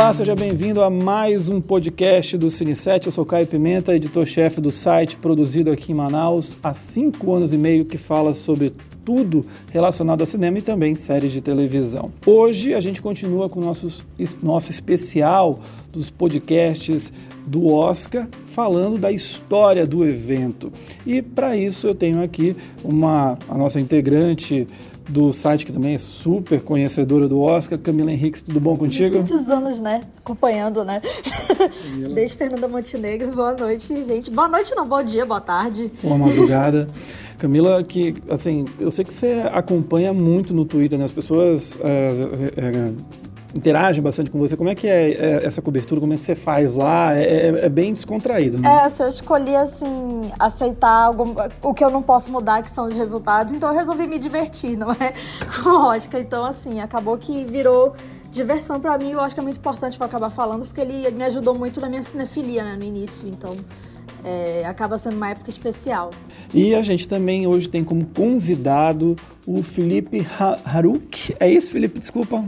Olá, seja bem-vindo a mais um podcast do Cine7. Eu sou Caio Pimenta, editor-chefe do site, produzido aqui em Manaus há 5 anos e meio, que fala sobre tudo relacionado a cinema e também séries de televisão. Hoje a gente continua com o nosso especial dos podcasts do Oscar, falando da história do evento. E para isso eu tenho aqui a nossa integrante do site, que também é super conhecedora do Oscar, Camila Henriques. Tudo bom contigo? Muitos anos, né? Acompanhando, né? Desde Fernanda Montenegro. Boa noite, gente. Boa noite não, bom dia, boa tarde. Boa madrugada. Camila, que, assim, eu sei que você acompanha muito no Twitter, né? As pessoas interagem bastante com você. Como é que é essa cobertura? Como é que você faz lá? É bem descontraído, né? Se eu escolhi, assim, aceitar o que eu não posso mudar, que são os resultados, então eu resolvi me divertir, não é? Com o Oscar. Então, assim, acabou que virou diversão pra mim. Eu acho que é muito importante eu acabar falando, porque ele me ajudou muito na minha cinefilia, né, no início. Então, acaba sendo uma época especial. E a gente também hoje tem como convidado o Felipe Haruk. É isso, Felipe? Desculpa.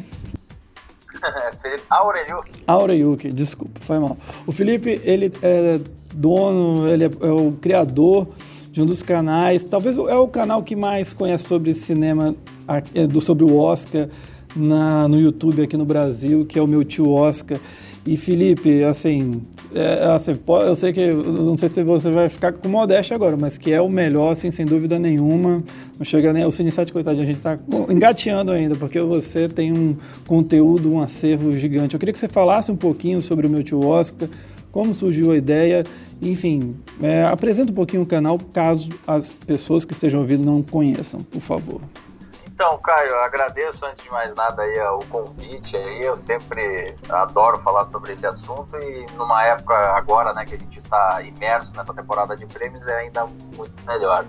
Felipe Aureliuk, desculpa, foi mal. O Felipe, ele é dono, ele é o criador de um dos canais, talvez é o canal que mais conhece sobre cinema, sobre o Oscar no YouTube aqui no Brasil, que é o Meu Tio Oscar. E Felipe, assim, eu sei que, não sei se você vai ficar com modéstia agora, mas que é o melhor, assim, sem dúvida nenhuma. Não chega nem o Cine7, coitadinho, a gente está engateando ainda, porque você tem um conteúdo, um acervo gigante. Eu queria que você falasse um pouquinho sobre o Meu Tio Oscar, como surgiu a ideia, enfim, apresenta um pouquinho o canal, caso as pessoas que estejam ouvindo não conheçam, por favor. Então, Caio, eu agradeço antes de mais nada aí o convite. Aí eu sempre adoro falar sobre esse assunto e numa época agora, né, que a gente está imerso nessa temporada de prêmios, é ainda muito melhor.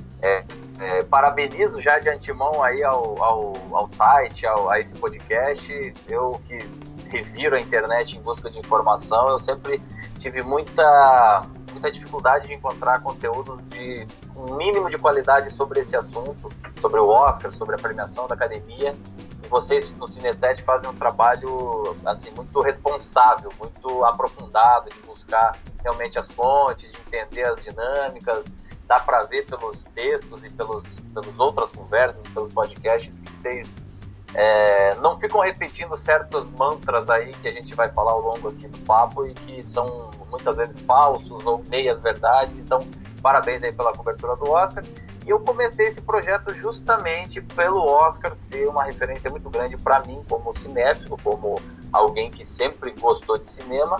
Parabenizo já de antemão aí ao site, a esse podcast. Eu que reviro a internet em busca de informação, eu sempre tive muita dificuldade de encontrar conteúdos de um mínimo de qualidade sobre esse assunto, sobre o Oscar, sobre a premiação da Academia. E vocês no Cine7 fazem um trabalho assim, muito responsável, muito aprofundado, de buscar realmente as fontes, de entender as dinâmicas. Dá para ver pelos textos e pelas outras conversas, pelos podcasts, que vocês não ficam repetindo certos mantras aí que a gente vai falar ao longo aqui do papo e que são muitas vezes falsos ou meias verdades. Então, parabéns aí pela cobertura do Oscar. E eu comecei esse projeto justamente pelo Oscar ser uma referência muito grande para mim como cinéfilo, como alguém que sempre gostou de cinema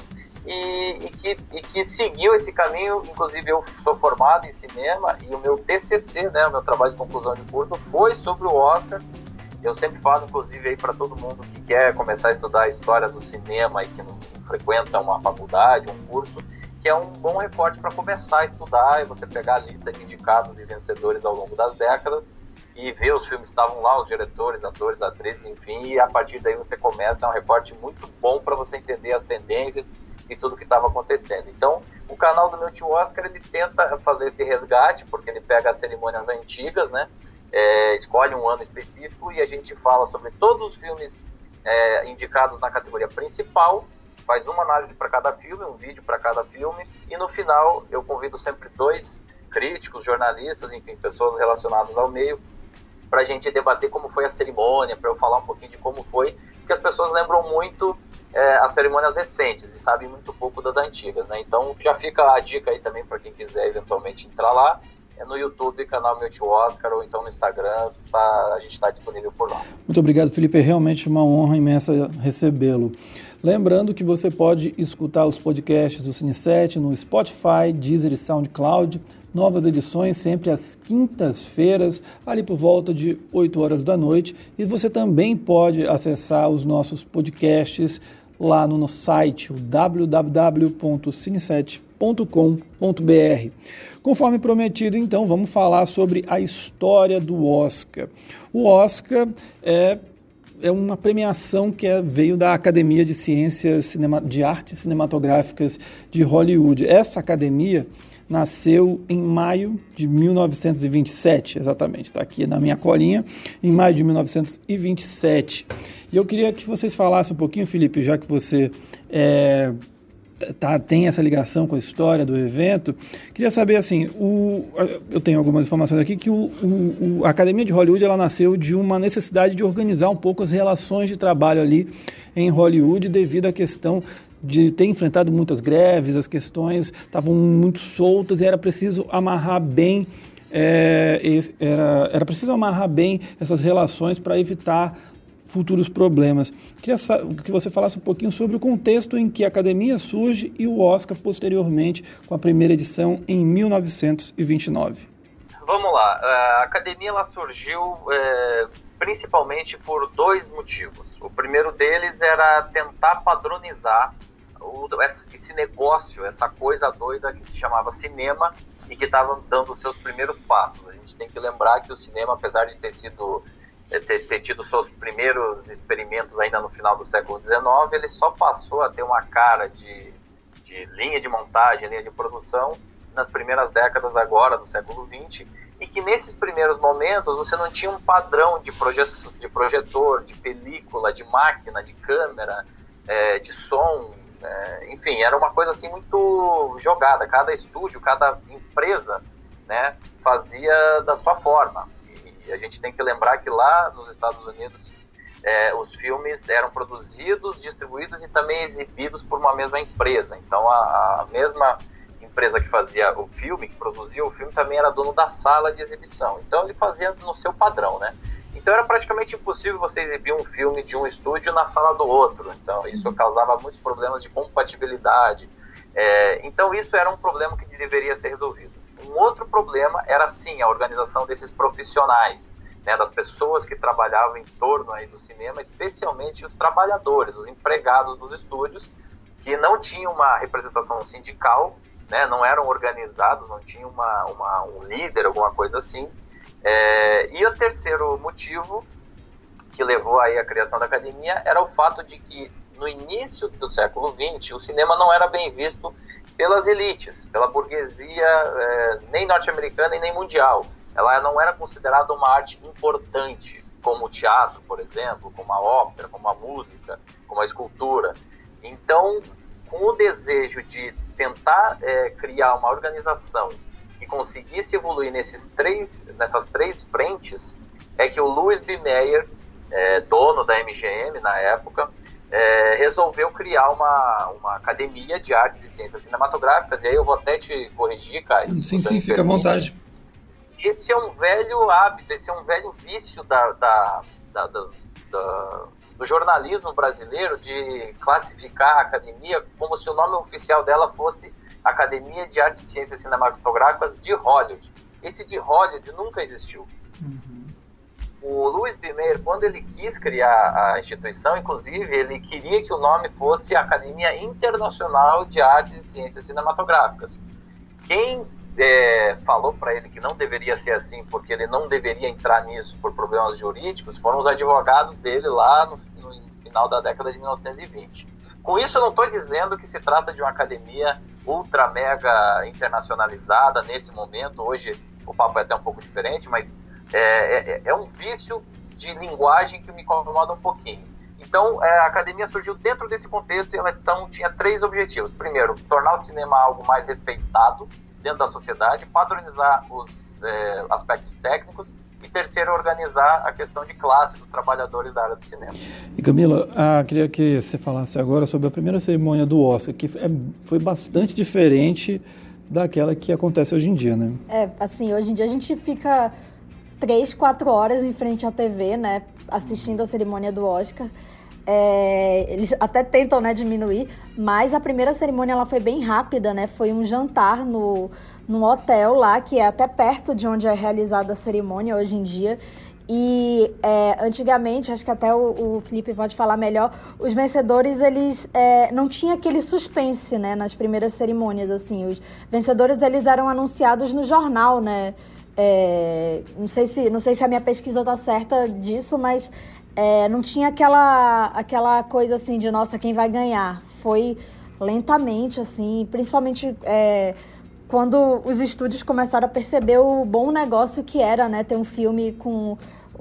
e que seguiu esse caminho. Inclusive, eu sou formado em cinema e o meu TCC, né, o meu trabalho de conclusão de curso, foi sobre o Oscar. Eu sempre falo, inclusive, aí para todo mundo que quer começar a estudar a história do cinema e que não frequenta uma faculdade, um curso, que é um bom recorte para começar a estudar, e você pegar a lista de indicados e vencedores ao longo das décadas e ver os filmes que estavam lá, os diretores, atores, atrizes, enfim, e a partir daí você começa, é um recorte muito bom para você entender as tendências e tudo que estava acontecendo. Então, o canal do Meu Tio Oscar, ele tenta fazer esse resgate, porque ele pega as cerimônias antigas, né? Escolhe um ano específico e a gente fala sobre todos os filmes indicados na categoria principal, faz uma análise para cada filme, um vídeo para cada filme, e no final eu convido sempre 2 críticos, jornalistas, enfim, pessoas relacionadas ao meio, para a gente debater como foi a cerimônia, para eu falar um pouquinho de como foi, porque as pessoas lembram muito as cerimônias recentes e sabem muito pouco das antigas, né? Então já fica a dica aí também para quem quiser eventualmente entrar lá. No YouTube, canal Meu Tio Oscar, ou então no Instagram, a gente está disponível por lá. Muito obrigado, Felipe, é realmente uma honra imensa recebê-lo. Lembrando que você pode escutar os podcasts do Cine7 no Spotify, Deezer e SoundCloud, novas edições sempre às quintas-feiras, ali por volta de 8 horas da noite, e você também pode acessar os nossos podcasts lá no nosso site, www.cine7.com.br. Conforme prometido, então, vamos falar sobre a história do Oscar. O Oscar é uma premiação que veio da Academia de Ciências de Artes Cinematográficas de Hollywood. Essa academia nasceu em maio de 1927, exatamente, está aqui na minha colinha, em maio de 1927. E eu queria que vocês falassem um pouquinho, Felipe, já que você tem essa ligação com a história do evento, queria saber, assim, eu tenho algumas informações aqui, que a Academia de Hollywood, ela nasceu de uma necessidade de organizar um pouco as relações de trabalho ali em Hollywood, devido à questão de ter enfrentado muitas greves, as questões estavam muito soltas e era preciso amarrar bem, era preciso amarrar bem essas relações para evitar futuros problemas. Queria que você falasse um pouquinho sobre o contexto em que a academia surge e o Oscar posteriormente, com a primeira edição em 1929. Vamos lá. A academia ela surgiu principalmente por dois motivos. O primeiro deles era tentar padronizar esse negócio, essa coisa doida que se chamava cinema e que estava dando os seus primeiros passos. A gente tem que lembrar que o cinema, apesar de ter tido seus primeiros experimentos ainda no final do século XIX, ele só passou a ter uma cara de linha de montagem, linha de produção nas primeiras décadas agora do século XX, e que nesses primeiros momentos você não tinha um padrão de projetor, de película, de máquina, de câmera, de som, enfim, era uma coisa assim muito jogada. Cada estúdio, cada empresa, né, fazia da sua forma. E a gente tem que lembrar que lá nos Estados Unidos os filmes eram produzidos, distribuídos e também exibidos por uma mesma empresa. Então a mesma empresa que fazia o filme, que produzia o filme, também era dono da sala de exibição. Então ele fazia no seu padrão, né? Então era praticamente impossível você exibir um filme de um estúdio na sala do outro. Então isso causava muitos problemas de compatibilidade. Então isso era um problema que deveria ser resolvido. Um outro problema era, sim, a organização desses profissionais, né, das pessoas que trabalhavam em torno aí do cinema, especialmente os trabalhadores, os empregados dos estúdios, que não tinham uma representação sindical, né, não eram organizados, não tinham um líder, alguma coisa assim. E o terceiro motivo que levou aí à criação da academia era o fato de que no início do século XX o cinema não era bem visto pelas elites, pela burguesia nem norte-americana e nem mundial. Ela não era considerada uma arte importante, como o teatro, por exemplo, como a ópera, como a música, como a escultura. Então, com o desejo de tentar criar uma organização que conseguisse evoluir nessas três frentes, é que o Louis B. Mayer, dono da MGM na época, resolveu criar uma academia de artes e ciências cinematográficas. E aí eu vou até te corrigir, Caio. Sim, fica à vontade. Esse é um velho hábito, esse é um velho vício do jornalismo brasileiro, de classificar a academia como se o nome oficial dela fosse Academia de Artes e Ciências Cinematográficas de Hollywood. Esse de Hollywood nunca existiu. Uhum. O Louis B. Mayer, quando ele quis criar a instituição, inclusive, ele queria que o nome fosse Academia Internacional de Artes e Ciências Cinematográficas. Quem falou para ele que não deveria ser assim, porque ele não deveria entrar nisso por problemas jurídicos, foram os advogados dele lá no final da década de 1920. Com isso, eu não estou dizendo que se trata de uma academia ultra mega internacionalizada nesse momento. Hoje o papo é até um pouco diferente, mas é um vício de linguagem que me incomoda um pouquinho. Então, a academia surgiu dentro desse contexto e ela então tinha três objetivos. Primeiro, tornar o cinema algo mais respeitado dentro da sociedade, padronizar os aspectos técnicos, e terceiro, organizar a questão de classe dos trabalhadores da área do cinema. E Camila, queria que você falasse agora sobre a primeira cerimônia do Oscar, que foi bastante diferente daquela que acontece hoje em dia, né? Assim, hoje em dia a gente fica 3, 4 horas em frente à TV, né, assistindo a cerimônia do Oscar. Eles até tentam, né, diminuir, mas a primeira cerimônia ela foi bem rápida, né? Foi um jantar num hotel lá, que é até perto de onde é realizada a cerimônia hoje em dia. E antigamente, acho que até o Felipe pode falar melhor, os vencedores, eles não tinha aquele suspense, né, nas primeiras cerimônias, assim. Os vencedores, eles eram anunciados no jornal, né? Não sei se a minha pesquisa está certa disso, mas não tinha aquela coisa assim de, nossa, quem vai ganhar? Foi lentamente, assim, principalmente quando os estúdios começaram a perceber o bom negócio que era, né? Ter um filme com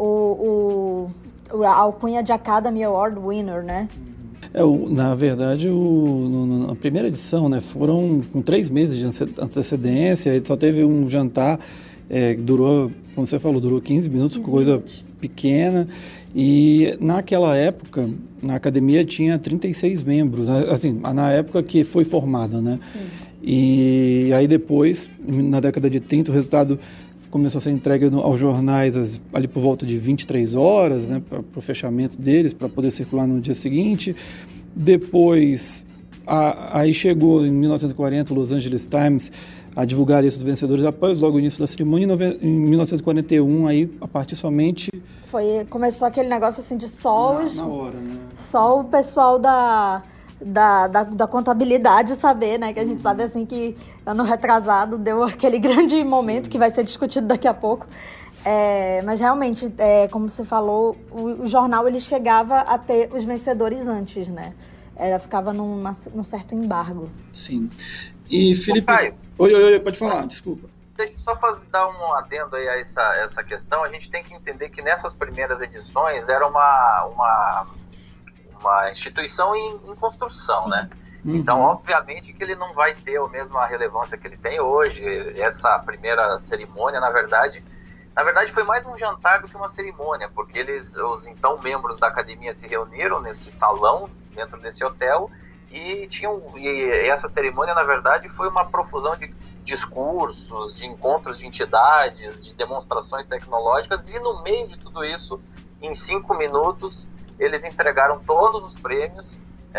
a alcunha de Academy Award winner, né? Na verdade, na primeira edição, né, foram com 3 meses de antecedência, e só teve um jantar que durou, como você falou, durou 15 minutos, coisa pequena. E naquela época, na academia tinha 36 membros, assim, na época que foi formada, né? Sim. E aí depois, na década de 30, o resultado começou a ser entregue aos jornais ali por volta de 23 horas, né, para o fechamento deles, para poder circular no dia seguinte. Depois, aí chegou em 1940 o Los Angeles Times a divulgar a lista dos vencedores após logo o início da cerimônia. Em 1941, aí, a partir somente... Começou aquele negócio assim de na hora, né? Só o pessoal da contabilidade saber, né? Que a gente sabe assim que ano retrasado deu aquele grande momento que vai ser discutido daqui a pouco. Mas realmente, como você falou, o jornal ele chegava a ter os vencedores antes, né? Ficava num certo embargo. Sim. E Felipe... Caio, Oi, pode falar, desculpa. Deixa eu só dar um adendo aí a essa questão. A gente tem que entender que nessas primeiras edições era uma instituição em construção, sim, né? Uhum. Então, obviamente que ele não vai ter a mesma relevância que ele tem hoje. Essa primeira cerimônia, na verdade foi mais um jantar do que uma cerimônia, porque os então membros da academia se reuniram nesse salão, dentro desse hotel, e essa cerimônia, na verdade, foi uma profusão de discursos, de encontros de entidades, de demonstrações tecnológicas, e no meio de tudo isso, em 5 minutos, eles entregaram todos os prêmios.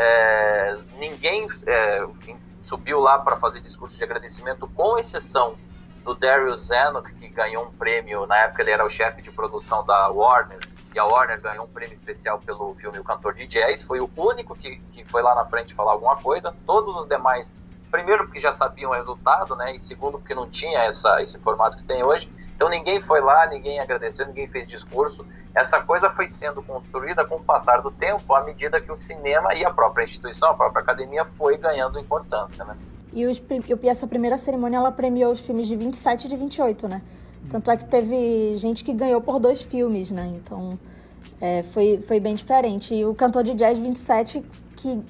Ninguém subiu lá para fazer discurso de agradecimento, com exceção do Daryl Zanuck, que ganhou um prêmio. Na época ele era o chefe de produção da Warner, e a Warner ganhou um prêmio especial pelo filme O Cantor de Jazz. Foi o único que foi lá na frente falar alguma coisa. Todos os demais, primeiro porque já sabiam o resultado, né, e segundo porque não tinha esse formato que tem hoje. Então ninguém foi lá, ninguém agradeceu, ninguém fez discurso. Essa coisa foi sendo construída com o passar do tempo, à medida que o cinema e a própria instituição, a própria academia, foi ganhando importância, né? E essa primeira cerimônia, ela premiou os filmes de 27 e de 28, né? Tanto é que teve gente que ganhou por 2 filmes, né? Então, foi bem diferente. E o Cantor de Jazz 27, que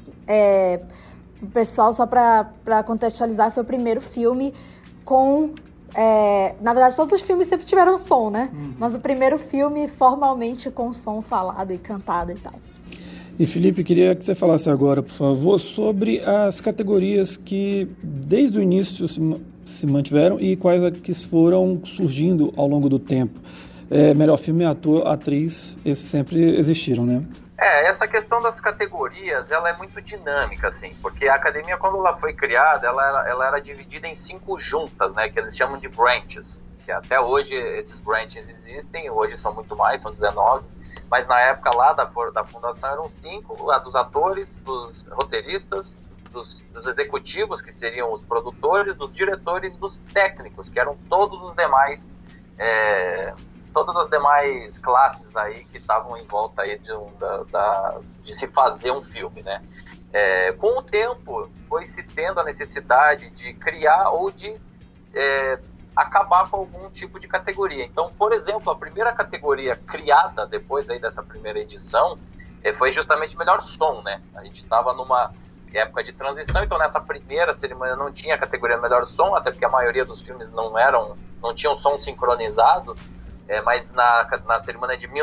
o pessoal, só para contextualizar, foi o primeiro filme com... na verdade, todos os filmes sempre tiveram som, né? Uhum. Mas o primeiro filme formalmente com som falado e cantado e tal. E Felipe, queria que você falasse agora, por favor, sobre as categorias que desde o início se mantiveram e quais que foram surgindo ao longo do tempo. Melhor filme, ator, atriz, esses sempre existiram, né? Essa questão das categorias, ela é muito dinâmica, assim, porque a academia, quando ela foi criada, ela era dividida em 5 juntas, né, que eles chamam de branches, que até hoje esses branches existem, hoje são muito mais, são 19, mas na época lá da fundação eram 5, a dos atores, dos roteiristas, dos executivos, que seriam os produtores, dos diretores e dos técnicos, que eram todos os demais... todas as demais classes aí que estavam em volta aí de se fazer um filme, né? Com o tempo, foi se tendo a necessidade de criar ou de acabar com algum tipo de categoria. Então, por exemplo, a primeira categoria criada depois aí dessa primeira edição foi justamente melhor som, né? A gente estava numa época de transição, então nessa primeira cerimônia não tinha a categoria melhor som, até porque a maioria dos filmes não tinham som sincronizado. Mas na cerimônia de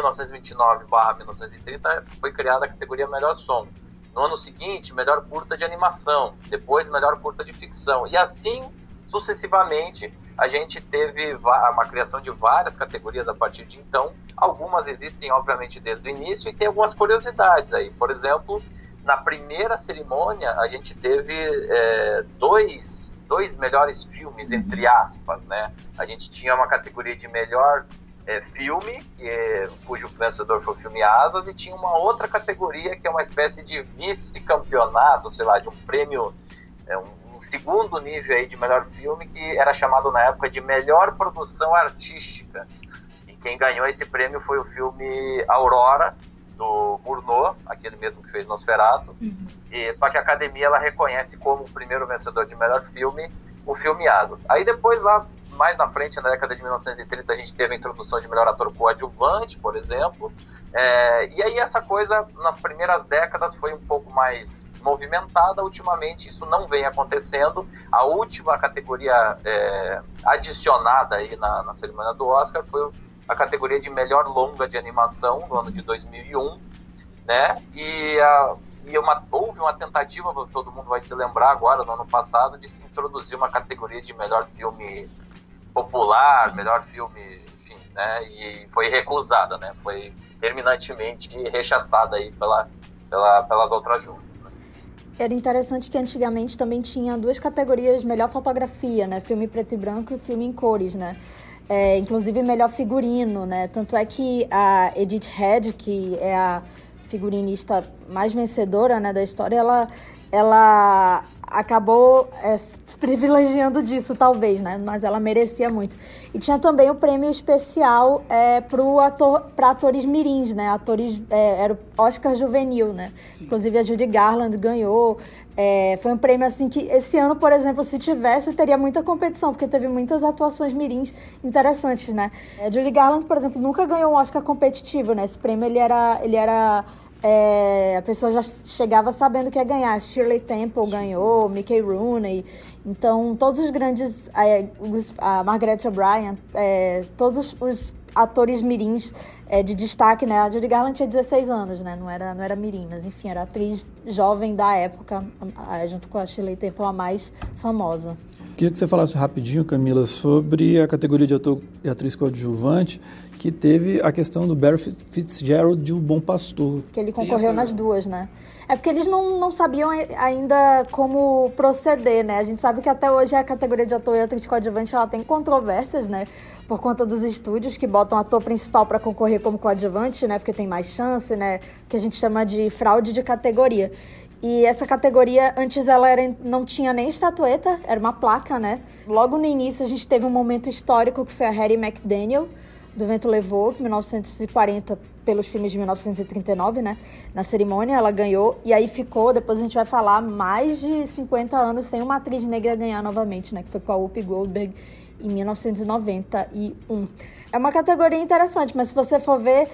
1929/1930 foi criada a categoria Melhor Som. No ano seguinte, Melhor Curta de Animação, depois Melhor Curta de Ficção. E assim, sucessivamente, a gente teve uma criação de várias categorias a partir de então. Algumas existem, obviamente, desde o início, e tem algumas curiosidades aí. Por exemplo, na primeira cerimônia, a gente teve dois melhores filmes, entre aspas, né? A gente tinha uma categoria de melhor filme, cujo vencedor foi o filme Asas, e tinha uma outra categoria que é uma espécie de vice-campeonato, sei lá, de um prêmio, um segundo nível aí de melhor filme, que era chamado na época de melhor produção artística. E quem ganhou esse prêmio foi o filme Aurora, do Murnau, aquele mesmo que fez Nosferatu. E só que a Academia ela reconhece como o primeiro vencedor de melhor filme o filme Asas. Aí depois, lá mais na frente, na década de 1930, a gente teve a introdução de melhor ator coadjuvante, por exemplo. E aí essa coisa, nas primeiras décadas, foi um pouco mais movimentada. Ultimamente isso não vem acontecendo. A última categoria adicionada aí na cerimônia do Oscar foi a categoria de melhor longa de animação, no ano de 2001, né? Houve uma tentativa, todo mundo vai se lembrar agora, no ano passado, de se introduzir uma categoria de melhor filme popular, melhor filme, enfim, né? E foi recusada, né? Foi terminantemente rechaçada aí pelas outras juntas. Né? Era interessante que antigamente também tinha 2 categorias, melhor fotografia, né? Filme preto e branco e filme em cores, né? Inclusive melhor figurino, né? Tanto é que a Edith Head, que é a figurinista mais vencedora, né, da história, ela acabou privilegiando disso, talvez, né? Mas ela merecia muito. E tinha também o prêmio especial para atores mirins, né? Era o Oscar Juvenil, né? Sim. Inclusive a Judy Garland ganhou. Foi um prêmio assim que esse ano, por exemplo, se tivesse, teria muita competição, porque teve muitas atuações mirins interessantes, né? A Judy Garland, por exemplo, nunca ganhou um Oscar competitivo, né? Esse prêmio, ele era a pessoa já chegava sabendo que ia ganhar. Shirley Temple ganhou, Mickey Rooney. Então, todos os grandes... a Margaret O'Brien, todos os atores mirins de destaque, né? A Judy Garland tinha 16 anos, né? Não era mirim, mas enfim, era atriz jovem da época, junto com a Shirley Temple, a mais famosa. Queria que você falasse rapidinho, Camila, sobre a categoria de ator e atriz coadjuvante, que teve a questão do Barry Fitzgerald de O Bom Pastor. Que ele concorreu nas duas, né? É porque eles não sabiam ainda como proceder, né? A gente sabe que até hoje a categoria de ator e atriz coadjuvante, ela tem controvérsias, né? Por conta dos estúdios que botam ator principal para concorrer como coadjuvante, né? Porque tem mais chance, né? Que a gente chama de fraude de categoria. E essa categoria, antes não tinha nem estatueta, era uma placa, né? Logo no início a gente teve um momento histórico que foi a Hattie McDaniel, do Vento Levou, em 1940, pelos filmes de 1939, né? Na cerimônia ela ganhou, e aí ficou, depois a gente vai falar, mais de 50 anos sem uma atriz negra ganhar novamente, né? Que foi com a Whoopi Goldberg em 1991. É uma categoria interessante, mas se você for ver,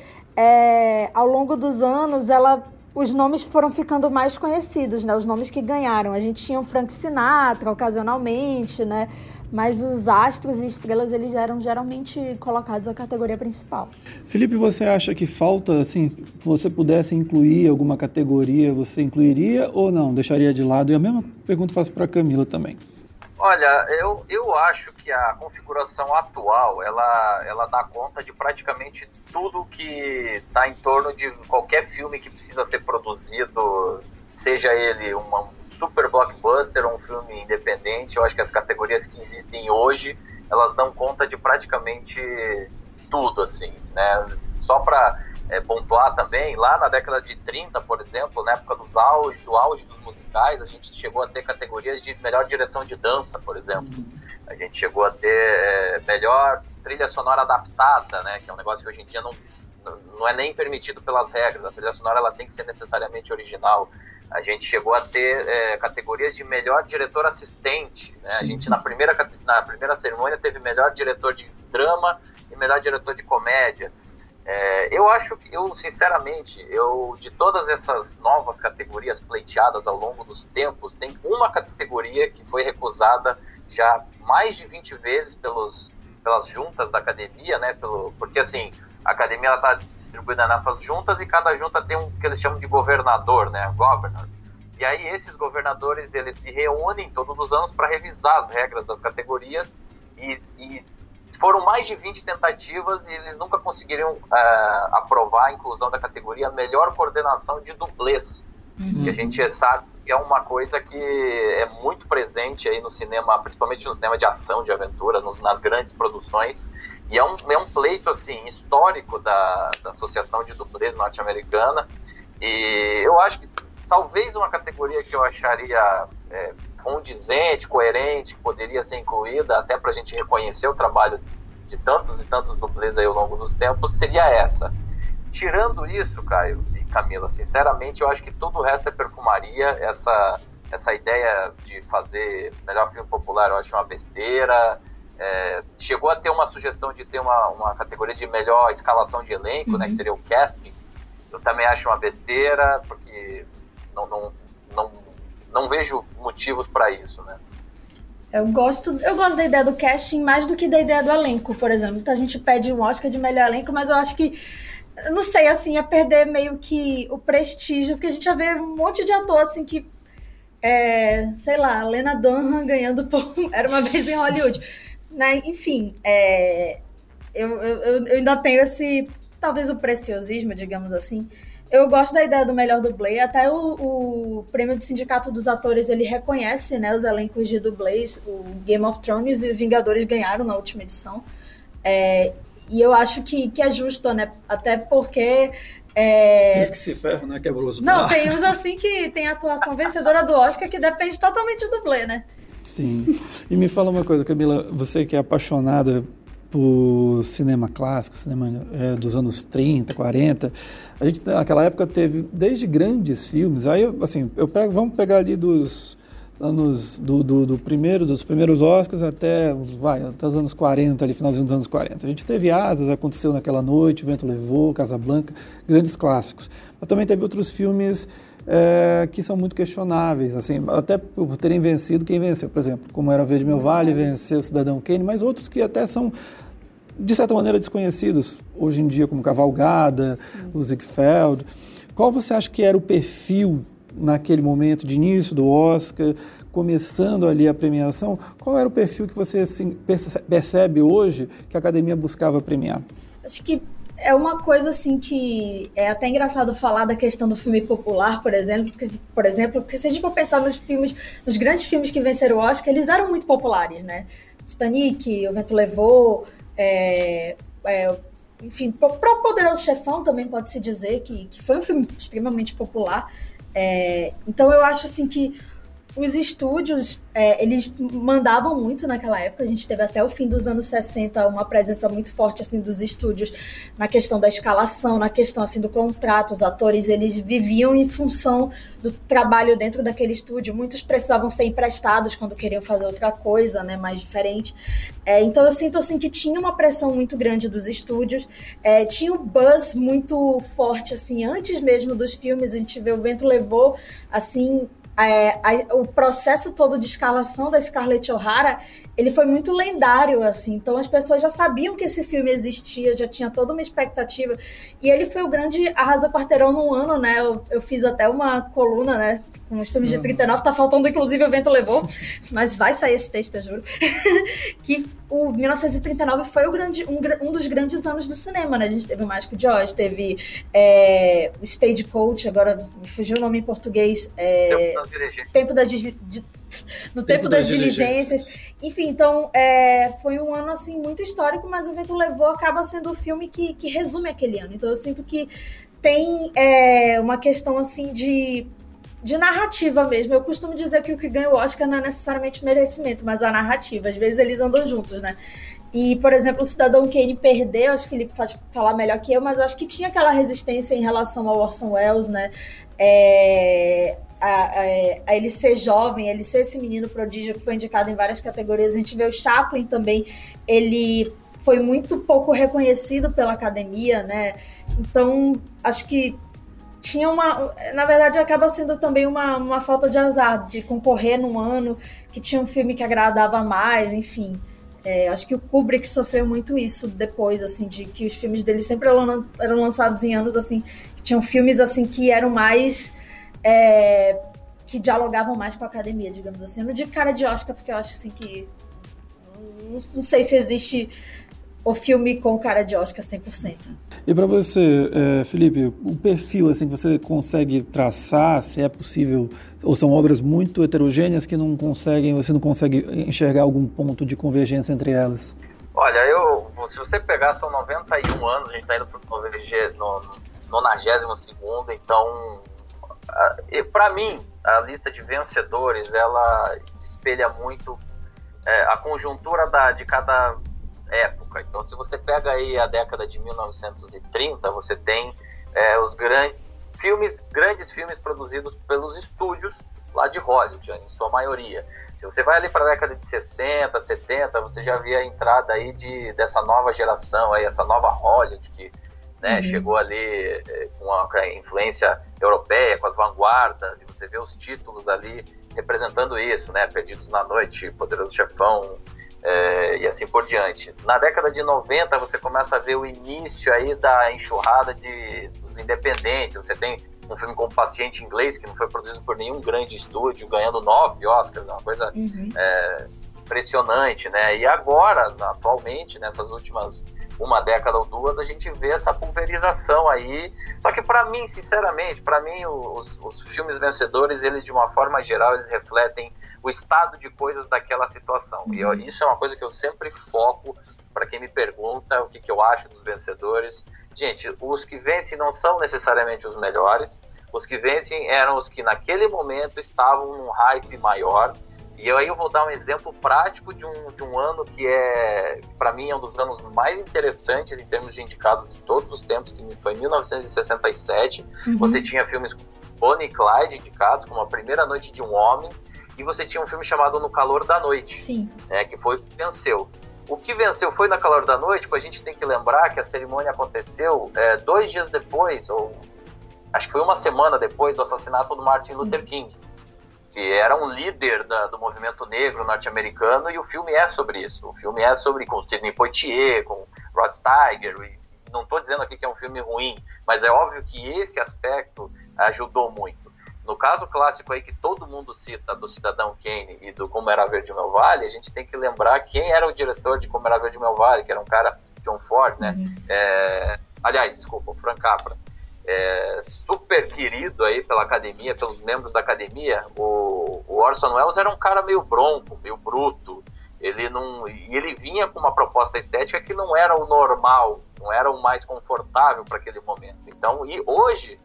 ao longo dos anos, os nomes foram ficando mais conhecidos, né? Os nomes que ganharam. A gente tinha o Frank Sinatra, ocasionalmente, né? Mas os astros e estrelas, eles eram geralmente colocados na categoria principal. Felipe, você acha que falta, assim, se você pudesse incluir alguma categoria, você incluiria ou não? Deixaria de lado? E a mesma pergunta faço para a Camila também. Olha, eu acho que a configuração atual, ela dá conta de praticamente tudo que está em torno de qualquer filme que precisa ser produzido, seja ele um super blockbuster ou um filme independente. Eu acho que as categorias que existem hoje, elas dão conta de praticamente tudo, assim, né? Só para pontuar também, lá na década de 30, por exemplo, na época do auge dos musicais, a gente chegou a ter categorias de melhor direção de dança, por exemplo. A gente chegou a ter melhor trilha sonora adaptada, né, que é um negócio que hoje em dia não é nem permitido pelas regras. A trilha sonora ela tem que ser necessariamente original. A gente chegou a ter categorias de melhor diretor assistente, né? A gente na primeira cerimônia teve melhor diretor de drama e melhor diretor de comédia. Sinceramente, de todas essas novas categorias pleiteadas ao longo dos tempos, tem uma categoria que foi recusada já mais de 20 vezes pelas juntas da academia, né? Porque assim, a academia está distribuída nessas juntas e cada junta tem um que eles chamam de governador, né? Governor. E aí esses governadores, eles se reúnem todos os anos para revisar as regras das categorias e foram mais de 20 tentativas e eles nunca conseguiram aprovar a inclusão da categoria melhor coordenação de dublês. Que a gente sabe que é uma coisa que é muito presente aí no cinema, principalmente no cinema de ação, de aventura, nas grandes produções. E é um pleito assim, histórico da Associação de Dublês Norte-Americana. E eu acho que talvez uma categoria que eu acharia condizente, coerente, que poderia ser incluída, até para a gente reconhecer o trabalho de tantos e tantos dublês aí ao longo dos tempos, seria essa. Tirando isso, Caio, Camila. Sinceramente, eu acho que tudo o resto é perfumaria. Essa ideia de fazer melhor filme popular eu acho uma besteira. Chegou a ter uma sugestão de ter uma categoria de melhor escalação de elenco, né, que seria o casting. Eu também acho uma besteira, porque não vejo motivos para isso, né? Eu gosto da ideia do casting mais do que da ideia do elenco, por exemplo. Muita gente pede um Oscar de melhor elenco, mas eu acho que, eu não sei, assim, ia perder meio que o prestígio, porque a gente ia ver um monte de ator, assim, que, sei lá, Lena Dunham ganhando por Era Uma Vez em Hollywood. Né? Enfim, eu ainda tenho esse, talvez o preciosismo, digamos assim. Eu gosto da ideia do melhor dublê, até o prêmio do Sindicato dos Atores, ele reconhece, né, os elencos de dublês, o Game of Thrones e os Vingadores ganharam na última edição, e eu acho que é justo, né, até porque... Isso que se ferra, né, quebrou os Não, tem uns assim que tem atuação vencedora do Oscar que depende totalmente do dublê, né? Sim, e me fala uma coisa, Camila, você que é apaixonada por cinema clássico, cinema dos anos 30, 40. A gente naquela época teve desde grandes filmes. Aí assim, vamos pegar ali dos anos dos primeiros Oscars até os anos 40, ali finalzinho dos anos 40. A gente teve Asas, Aconteceu Naquela Noite, O Vento Levou, Casablanca, grandes clássicos. Mas também teve outros filmes que são muito questionáveis, assim, até por terem vencido quem venceu. Por exemplo, como Era Verde Meu Vale, venceu Cidadão Kane, mas outros que até são, de certa maneira, desconhecidos hoje em dia, como Cavalgada, o Ziegfeld. Qual você acha que era o perfil naquele momento de início do Oscar, começando ali a premiação? Qual era o perfil que você assim, percebe hoje que a Academia buscava premiar? Acho que é uma coisa assim que é até engraçado falar da questão do filme popular, por exemplo, porque se a gente for pensar nos grandes filmes que venceram o Oscar, eles eram muito populares, né? Titanic, O Vento Levou, enfim, Pro Poderoso Chefão também pode-se dizer que foi um filme extremamente popular. Então eu acho assim que os estúdios, eles mandavam muito naquela época. A gente teve até o fim dos anos 60 uma presença muito forte assim, dos estúdios na questão da escalação, na questão assim, do contrato. Os atores, eles viviam em função do trabalho dentro daquele estúdio. Muitos precisavam ser emprestados quando queriam fazer outra coisa, né, mais diferente. Então eu sinto assim, que tinha uma pressão muito grande dos estúdios. Tinha um buzz muito forte assim, antes mesmo dos filmes. A gente vê O Vento Levou, assim... o processo todo de escalação da Scarlett O'Hara, ele foi muito lendário, assim, então as pessoas já sabiam que esse filme existia, já tinha toda uma expectativa, e ele foi o grande arrasa-quarteirão num ano, né, eu fiz até uma coluna, né, com os filmes de 39, tá faltando inclusive O Vento Levou, mas vai sair esse texto, eu juro, que o 1939 foi um dos grandes anos do cinema, né, a gente teve o Mágico de Oz, teve o Stagecoach, agora me fugiu o nome em português, Tempo das Diligências. Enfim, então foi um ano assim muito histórico, mas O Vento Levou acaba sendo o filme que resume aquele ano. Então eu sinto que tem uma questão assim de narrativa mesmo. Eu costumo dizer que o que ganha o Oscar não é necessariamente merecimento, mas a narrativa. Às vezes eles andam juntos, né? E, por exemplo, o Cidadão Kane perdeu, acho que o Felipe pode falar melhor que eu, mas eu acho que tinha aquela resistência em relação ao Orson Welles, né? A ele ser jovem, ele ser esse menino prodígio que foi indicado em várias categorias. A gente vê o Chaplin também, ele foi muito pouco reconhecido pela academia, né? Então, acho que tinha na verdade, acaba sendo também uma falta de azar, de concorrer num ano que tinha um filme que agradava mais, enfim. Acho que o Kubrick sofreu muito isso depois, assim, de que os filmes dele sempre eram lançados em anos, assim, que tinham filmes, assim, que eram mais... que dialogavam mais com a academia, digamos assim. Eu não digo cara de Oscar, porque eu acho, assim, que... Não sei se existe o filme com cara de Oscar 100%. E para você, Felipe, o perfil assim, que você consegue traçar, se é possível, ou são obras muito heterogêneas que você não consegue enxergar algum ponto de convergência entre elas? Olha, se você pegar, são 91 anos, a gente está indo para o 92º, então, para mim, a lista de vencedores, ela espelha muito a conjuntura de cada época. Então, se você pega aí a década de 1930, você tem grandes filmes produzidos pelos estúdios lá de Hollywood, em sua maioria. Se você vai ali para a década de 60, 70, você já via a entrada aí dessa nova geração, aí, essa nova Hollywood que, né, chegou ali com a influência europeia, com as vanguardas, e você vê os títulos ali representando isso, né? Perdidos na Noite, Poderoso Chefão, e assim por diante. Na década de 90, você começa a ver o início aí da enxurrada dos independentes. Você tem um filme como Paciente Inglês, que não foi produzido por nenhum grande estúdio, ganhando 9 Oscars, uma coisa impressionante, né? E agora, atualmente, nessas últimas uma década ou duas, a gente vê essa pulverização aí. Só que para mim, sinceramente, os filmes vencedores, eles de uma forma geral, eles refletem o estado de coisas daquela situação. E isso é uma coisa que eu sempre foco para quem me pergunta o que eu acho dos vencedores. Gente, os que vencem não são necessariamente os melhores. Os que vencem eram os que naquele momento estavam num hype maior. E aí eu vou dar um exemplo prático de um ano que para mim, é um dos anos mais interessantes em termos de indicados de todos os tempos, que foi 1967. Você tinha filmes como Bonnie e Clyde indicados, como A Primeira Noite de um Homem, e você tinha um filme chamado No Calor da Noite, que foi o que venceu. O que venceu foi No Calor da Noite, porque a gente tem que lembrar que a cerimônia aconteceu 2 dias depois, ou acho que foi uma semana depois do assassinato do Martin Luther King, que era um líder do movimento negro norte-americano, e o filme é sobre isso. O filme é com Sidney Poitier, com Rod Steiger, e não estou dizendo aqui que é um filme ruim, mas é óbvio que esse aspecto ajudou muito. No caso clássico aí que todo mundo cita, do Cidadão Kane e do Como Era Verde o Meu Vale, a gente tem que lembrar quem era o diretor de Como Era Verde o Meu Vale, que era um cara, John Ford, né? O Frank Capra. Super querido aí pela academia, pelos membros da academia. O Orson Welles era um cara meio bronco, meio bruto. Ele vinha com uma proposta estética que não era o normal, não era o mais confortável para aquele momento. Então, e hoje,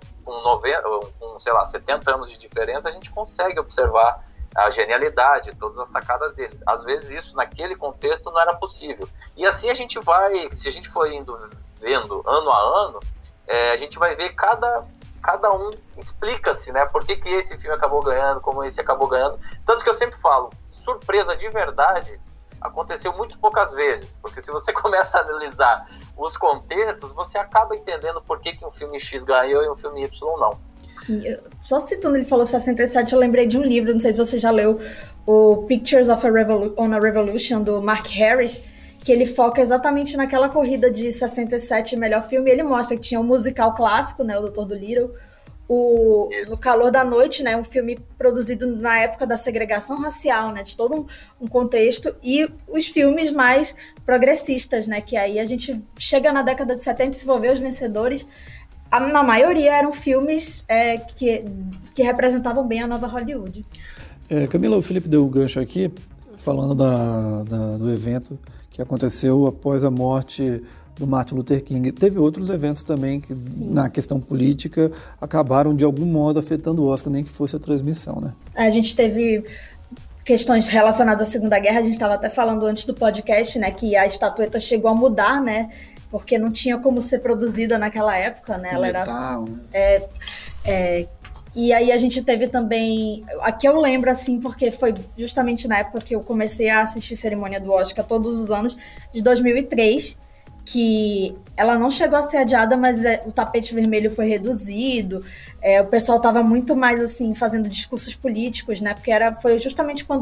com 70 anos de diferença, a gente consegue observar a genialidade, todas as sacadas dele. Às vezes isso naquele contexto não era possível. E assim a gente vai, se a gente for vendo ano a ano, a gente vai ver cada um explica-se, né? Por que esse filme acabou ganhando, como esse acabou ganhando. Tanto que eu sempre falo, surpresa de verdade aconteceu muito poucas vezes, porque se você começa a analisar os contextos, você acaba entendendo por que um filme X ganhou e um filme Y não. Sim, só citando, ele falou 67, eu lembrei de um livro, não sei se você já leu, o Pictures of on a Revolution, do Mark Harris, que ele foca exatamente naquela corrida de 67, melhor filme, e ele mostra que tinha um musical clássico, né, o Doutor Dolittle, No Calor da Noite, né, um filme produzido na época da segregação racial, né, de todo um contexto, e os filmes mais progressistas, né, que aí a gente chega na década de 70 e se for ver os vencedores, na maioria eram filmes que representavam bem a nova Hollywood. Camila, o Felipe deu o gancho aqui, falando do evento que aconteceu após a morte do Martin Luther King. Teve outros eventos também que, na questão política, acabaram de algum modo afetando o Oscar, nem que fosse a transmissão, né? A gente teve questões relacionadas à Segunda Guerra, a gente estava até falando antes do podcast, né, que a estatueta chegou a mudar, né, porque não tinha como ser produzida naquela época, né, ela metal, era... E aí a gente teve também, aqui eu lembro assim, porque foi justamente na época que eu comecei a assistir cerimônia do Oscar todos os anos, de 2003, que ela não chegou a ser adiada, mas o tapete vermelho foi reduzido, o pessoal estava muito mais assim, fazendo discursos políticos, né, porque foi justamente quando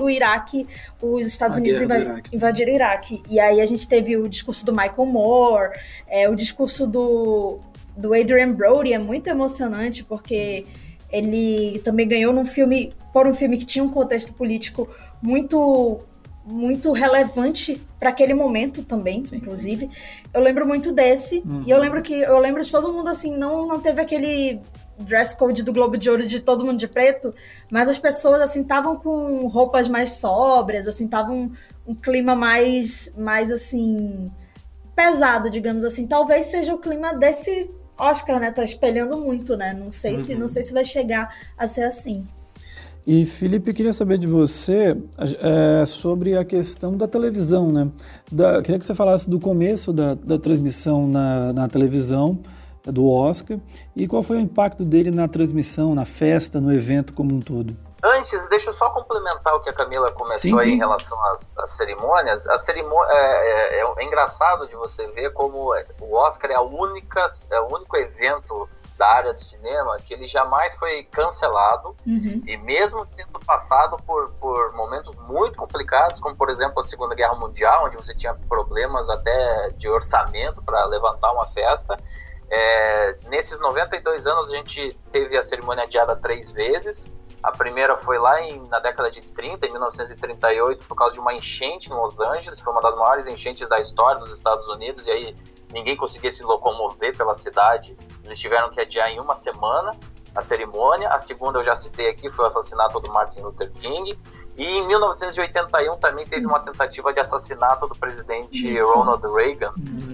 os Estados Unidos invadiram o Iraque, e aí a gente teve o discurso do Michael Moore, o discurso do Adrien Brody, é muito emocionante, porque ele também ganhou por um filme que tinha um contexto político muito, muito relevante para aquele momento também, sim, inclusive. Sim. Eu lembro muito desse, e eu lembro de todo mundo assim, não teve aquele dress code do Globo de Ouro de todo mundo de preto, mas as pessoas assim estavam com roupas mais sóbrias, assim, estavam um clima mais assim pesado, digamos assim. Talvez seja o clima desse Oscar, né, tá espelhando muito, né, não sei se vai chegar a ser assim. E, Felipe, queria saber de você sobre a questão da televisão, né, queria que você falasse do começo da transmissão na televisão, do Oscar e qual foi o impacto dele na transmissão, na festa, no evento como um todo. Antes, deixa eu só complementar o que a Camila começou aí em relação às cerimônias. É engraçado de você ver como o Oscar é o único evento da área do cinema que ele jamais foi cancelado, e mesmo tendo passado por momentos muito complicados, como por exemplo a Segunda Guerra Mundial, onde você tinha problemas até de orçamento para levantar uma festa, nesses 92 anos a gente teve a cerimônia adiada 3 vezes. A primeira foi lá na década de 30, em 1938, por causa de uma enchente em Los Angeles. Foi uma das maiores enchentes da história dos Estados Unidos, e aí ninguém conseguia se locomover pela cidade. Eles tiveram que adiar em uma semana a cerimônia. A segunda eu já citei aqui, foi o assassinato do Martin Luther King. E em 1981 também teve uma tentativa de assassinato do presidente Ronald Reagan,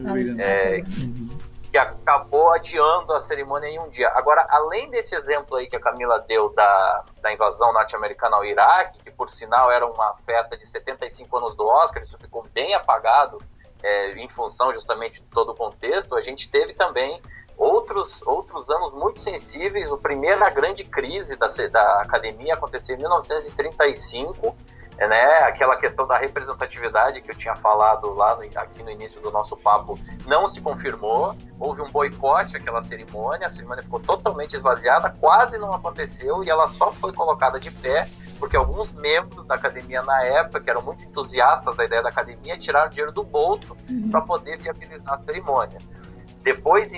que acabou adiando a cerimônia em um dia. Agora, além desse exemplo aí que a Camila deu da invasão norte-americana ao Iraque, que por sinal era uma festa de 75 anos do Oscar, isso ficou bem apagado em função justamente de todo o contexto, a gente teve também outros anos muito sensíveis. A primeira grande crise da academia aconteceu em 1935, né? Aquela questão da representatividade que eu tinha falado aqui no início do nosso papo não se confirmou, houve um boicote àquela cerimônia, a cerimônia ficou totalmente esvaziada, quase não aconteceu, e ela só foi colocada de pé porque alguns membros da academia na época, que eram muito entusiastas da ideia da academia, tiraram dinheiro do bolso para poder viabilizar a cerimônia. Depois, em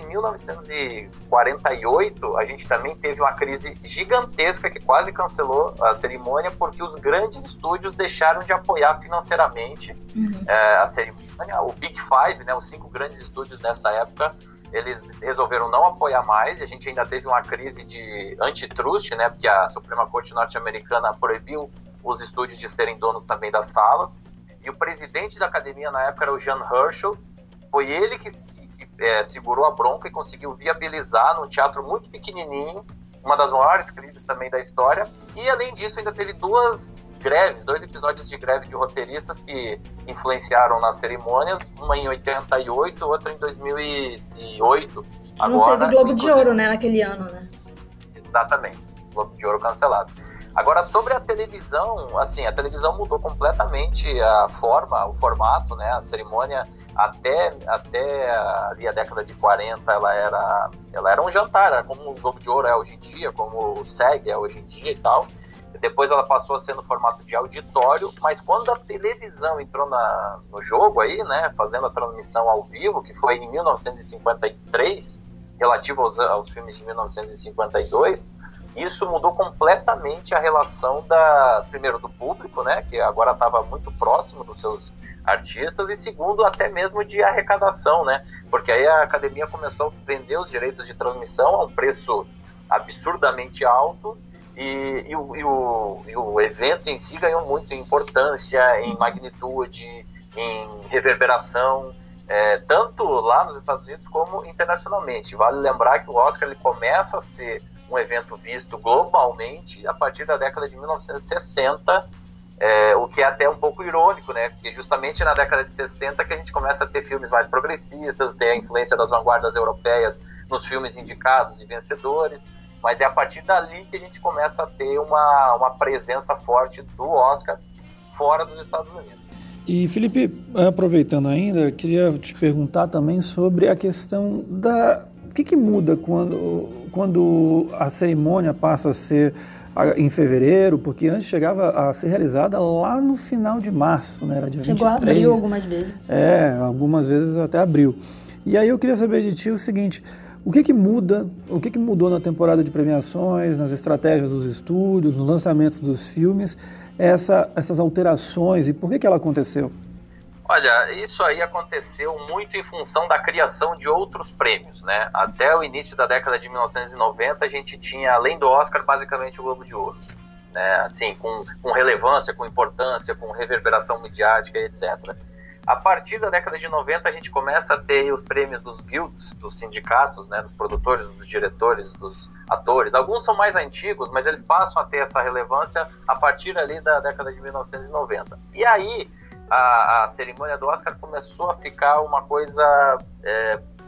1948, a gente também teve uma crise gigantesca que quase cancelou a cerimônia, porque os grandes estúdios deixaram de apoiar financeiramente a cerimônia. O Big Five, né, os 5 grandes estúdios nessa época, eles resolveram não apoiar mais. A gente ainda teve uma crise de antitrust, né, porque a Suprema Corte norte-americana proibiu os estúdios de serem donos também das salas. E o presidente da academia na época era o Jan Herschel. Foi ele que segurou a bronca e conseguiu viabilizar num teatro muito pequenininho, uma das maiores crises também da história. E além disso ainda teve 2 episódios de greve de roteiristas que influenciaram nas cerimônias, uma em 88, outra em 2008. Não teve Globo de Ouro, né, naquele ano, né? Exatamente, Globo de Ouro cancelado. Agora, sobre a televisão, assim, a televisão mudou completamente a forma, o formato, né? A cerimônia, até ali a década de 40, ela era um jantar, era como o Globo de Ouro é hoje em dia, como o SEG é hoje em dia e tal. Depois ela passou a ser no formato de auditório, mas quando a televisão entrou no jogo aí, né, fazendo a transmissão ao vivo, que foi em 1953, relativo aos filmes de 1952, isso mudou completamente a relação primeiro do público, né, que agora estava muito próximo dos seus artistas, e segundo, até mesmo de arrecadação, né, porque aí a academia começou a vender os direitos de transmissão a um preço absurdamente alto, e o evento em si ganhou muito em importância, em magnitude, em reverberação, tanto lá nos Estados Unidos como internacionalmente. Vale lembrar que o Oscar ele começa a ser um evento visto globalmente a partir da década de 1960, o que é até um pouco irônico, né? Porque justamente na década de 60 que a gente começa a ter filmes mais progressistas, ter a influência das vanguardas europeias nos filmes indicados e vencedores, mas é a partir dali que a gente começa a ter uma presença forte do Oscar fora dos Estados Unidos. E, Felipe, aproveitando ainda, queria te perguntar também sobre a questão o que muda quando a cerimônia passa a ser em fevereiro, porque antes chegava a ser realizada lá no final de março, né? Era dia 23. Chegou a abril algumas vezes. Algumas vezes até abril. E aí eu queria saber de ti o seguinte: o que mudou na temporada de premiações, nas estratégias dos estúdios, nos lançamentos dos filmes, essas alterações, e por que ela aconteceu? Olha, isso aí aconteceu muito em função da criação de outros prêmios, né? Até o início da década de 1990, a gente tinha, além do Oscar, basicamente o Globo de Ouro, né? Assim, com relevância, com importância, com reverberação midiática, etc. A partir da década de 90, a gente começa a ter os prêmios dos guilds, dos sindicatos, né? Dos produtores, dos diretores, dos atores. Alguns são mais antigos, mas eles passam a ter essa relevância a partir ali da década de 1990. E aí a cerimônia do Oscar começou a ficar uma coisa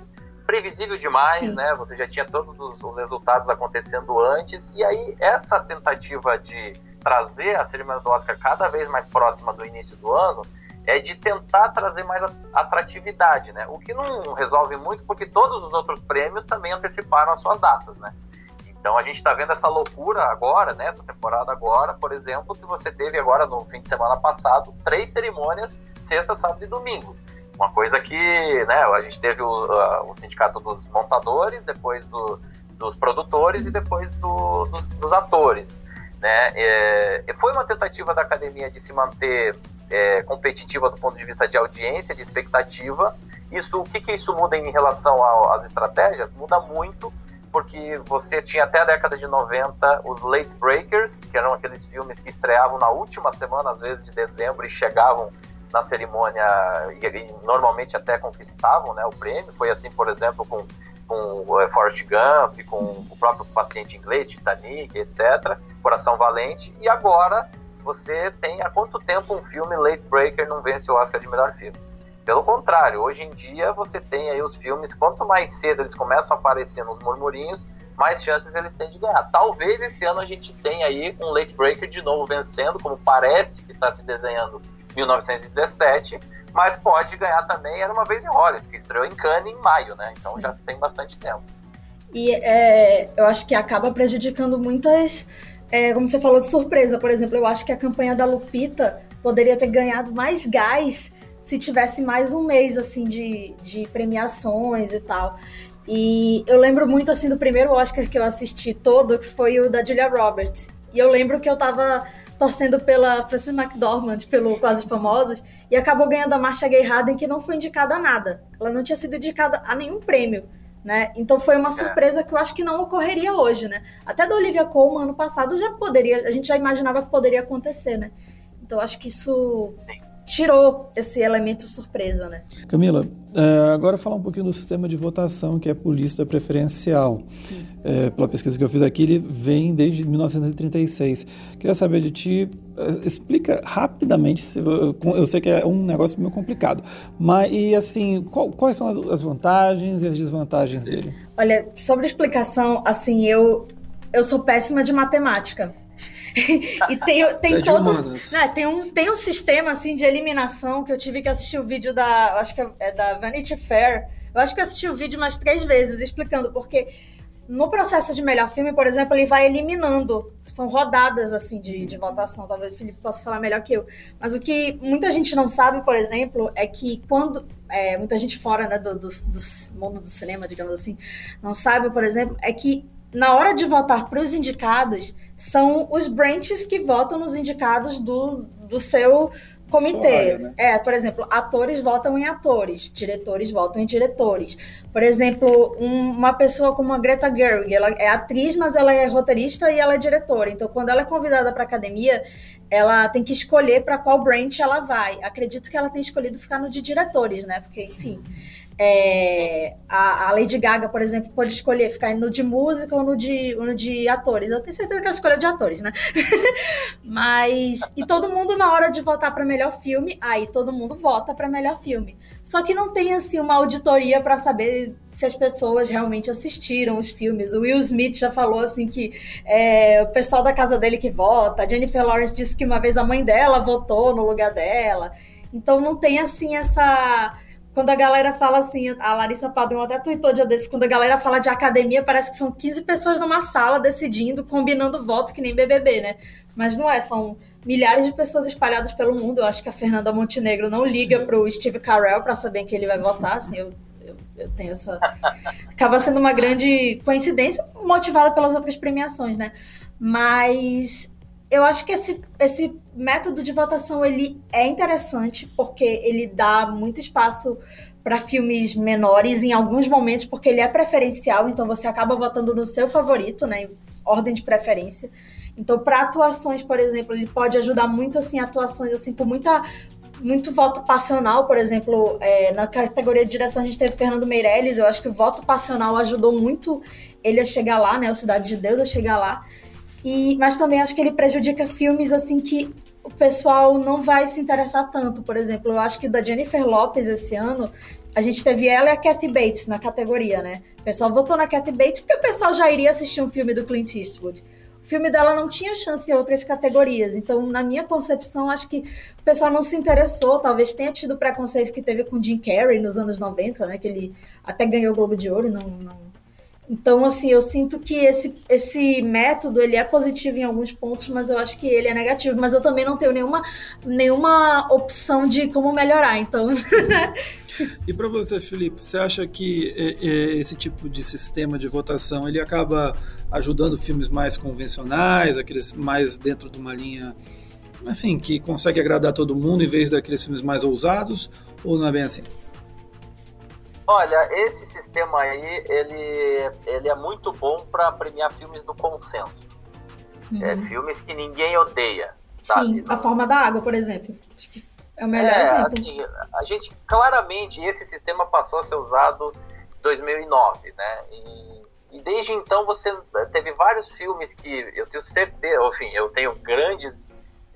previsível demais, Sim. né? Você já tinha todos os resultados acontecendo antes, e aí essa tentativa de trazer a cerimônia do Oscar cada vez mais próxima do início do ano é de tentar trazer mais atratividade, né? O que não resolve muito, porque todos os outros prêmios também anteciparam as suas datas, né? Então a gente está vendo essa loucura agora, nessa temporada agora, por exemplo, que você teve agora no fim de semana passado 3 cerimônias, sexta, sábado e domingo. Uma coisa que, né, a gente teve o sindicato dos montadores, depois dos produtores e depois dos atores, né? Foi uma tentativa da academia de se manter competitiva do ponto de vista de audiência, de expectativa. O que isso muda em relação às estratégias? Muda muito, porque você tinha até a década de 90 os late breakers, que eram aqueles filmes que estreavam na última semana, às vezes de dezembro, e chegavam na cerimônia e normalmente até conquistavam, né, o prêmio. Foi assim, por exemplo, com Forrest Gump, com o próprio Paciente Inglês, Titanic, etc., Coração Valente. E agora você tem há quanto tempo um filme late breaker não vence o Oscar de melhor filme? Pelo contrário, hoje em dia você tem aí os filmes, quanto mais cedo eles começam a aparecer nos murmurinhos, mais chances eles têm de ganhar. Talvez esse ano a gente tenha aí um late breaker de novo vencendo, como parece que está se desenhando 1917, mas pode ganhar também Era Uma Vez em Hollywood, que estreou em Cannes em maio, né? Então Sim. Já tem bastante tempo. E eu acho que acaba prejudicando muitas, como você falou, de surpresa. Por exemplo, eu acho que a campanha da Lupita poderia ter ganhado mais gás se tivesse mais um mês, assim, de premiações e tal. E eu lembro muito, assim, do primeiro Oscar que eu assisti todo, que foi o da Julia Roberts. E eu lembro que eu tava torcendo pela Frances McDormand, pelo Quase Famosos, e acabou ganhando a Marcia Gay Harden, que não foi indicada a nada. Ela não tinha sido indicada a nenhum prêmio, né? Então foi uma surpresa que eu acho que não ocorreria hoje, né? Até da Olivia Colman, ano passado, a gente já imaginava que poderia acontecer, né? Então acho que isso tirou esse elemento surpresa, né? Camila, agora falar um pouquinho do sistema de votação, que é por lista preferencial. Pela pesquisa que eu fiz aqui, ele vem desde 1936. Queria saber de ti, explica rapidamente, eu sei que é um negócio meio complicado, mas, e assim, quais são as vantagens e as desvantagens dele? Olha, sobre explicação, assim, eu sou péssima de matemática. E tem todos, né, tem um sistema assim de eliminação que eu tive que assistir o vídeo acho que é da Vanity Fair. Eu acho que eu assisti o vídeo umas 3 vezes explicando, porque no processo de melhor filme, por exemplo, ele vai eliminando, são rodadas assim de votação. Talvez o Felipe possa falar melhor que eu, mas o que muita gente não sabe, por exemplo, é que quando muita gente fora, né, do mundo do cinema, digamos assim, não sabe, por exemplo, é que na hora de votar para os indicados, são os branches que votam nos indicados do seu comitê. Área, né? Por exemplo, atores votam em atores, diretores votam em diretores. Por exemplo, uma pessoa como a Greta Gerwig, ela é atriz, mas ela é roteirista e ela é diretora. Então, quando ela é convidada para a academia, ela tem que escolher para qual branch ela vai. Acredito que ela tenha escolhido ficar no de diretores, né? Porque, enfim... a Lady Gaga, por exemplo, pode escolher ficar no de música ou no de atores. Eu tenho certeza que ela escolheu de atores, né? E todo mundo, na hora de votar para melhor filme, aí todo mundo vota para melhor filme. Só que não tem, assim, uma auditoria para saber se as pessoas realmente assistiram os filmes. O Will Smith já falou, assim, que o pessoal da casa dele que vota. A Jennifer Lawrence disse que uma vez a mãe dela votou no lugar dela. Então não tem, assim, essa... Quando a galera fala assim, a Larissa Padrão até tweetou dia desses, quando a galera fala de academia, parece que são 15 pessoas numa sala decidindo, combinando voto, que nem BBB, né? Mas não é, são milhares de pessoas espalhadas pelo mundo. Eu acho que a Fernanda Montenegro não liga pro Steve Carell pra saber quem ele vai votar, assim, eu tenho essa... Acaba sendo uma grande coincidência, motivada pelas outras premiações, né? Mas... eu acho que esse método de votação ele é interessante porque ele dá muito espaço para filmes menores em alguns momentos, porque ele é preferencial, então você acaba votando no seu favorito, né, em ordem de preferência. Então, para atuações, por exemplo, ele pode ajudar muito, assim, atuações assim, com muito voto passional, por exemplo, na categoria de direção a gente teve Fernando Meirelles. Eu acho que o voto passional ajudou muito ele a chegar lá, né, o Cidade de Deus a chegar lá. Mas também acho que ele prejudica filmes assim que o pessoal não vai se interessar tanto. Por exemplo, eu acho que da Jennifer Lopez esse ano, a gente teve ela e a Kathy Bates na categoria, né? O pessoal votou na Kathy Bates porque o pessoal já iria assistir um filme do Clint Eastwood. O filme dela não tinha chance em outras categorias. Então, na minha concepção, acho que o pessoal não se interessou. Talvez tenha tido o preconceito que teve com Jim Carrey nos anos 90, né? Que ele até ganhou o Globo de Ouro e não... Então, assim, eu sinto que esse método, ele é positivo em alguns pontos, mas eu acho que ele é negativo. Mas eu também não tenho nenhuma opção de como melhorar, então... E para você, Felipe, você acha que esse tipo de sistema de votação, ele acaba ajudando filmes mais convencionais, aqueles mais dentro de uma linha, assim, que consegue agradar todo mundo, em vez daqueles filmes mais ousados, ou não é bem assim? Olha, esse sistema aí, ele é muito bom para premiar filmes do consenso. Filmes que ninguém odeia, sabe? Sim, A Forma da Água, por exemplo. Acho que é o melhor exemplo. Assim, a gente, claramente, esse sistema passou a ser usado em 2009, né? E desde então você teve vários filmes que eu tenho certeza, enfim, eu tenho grandes...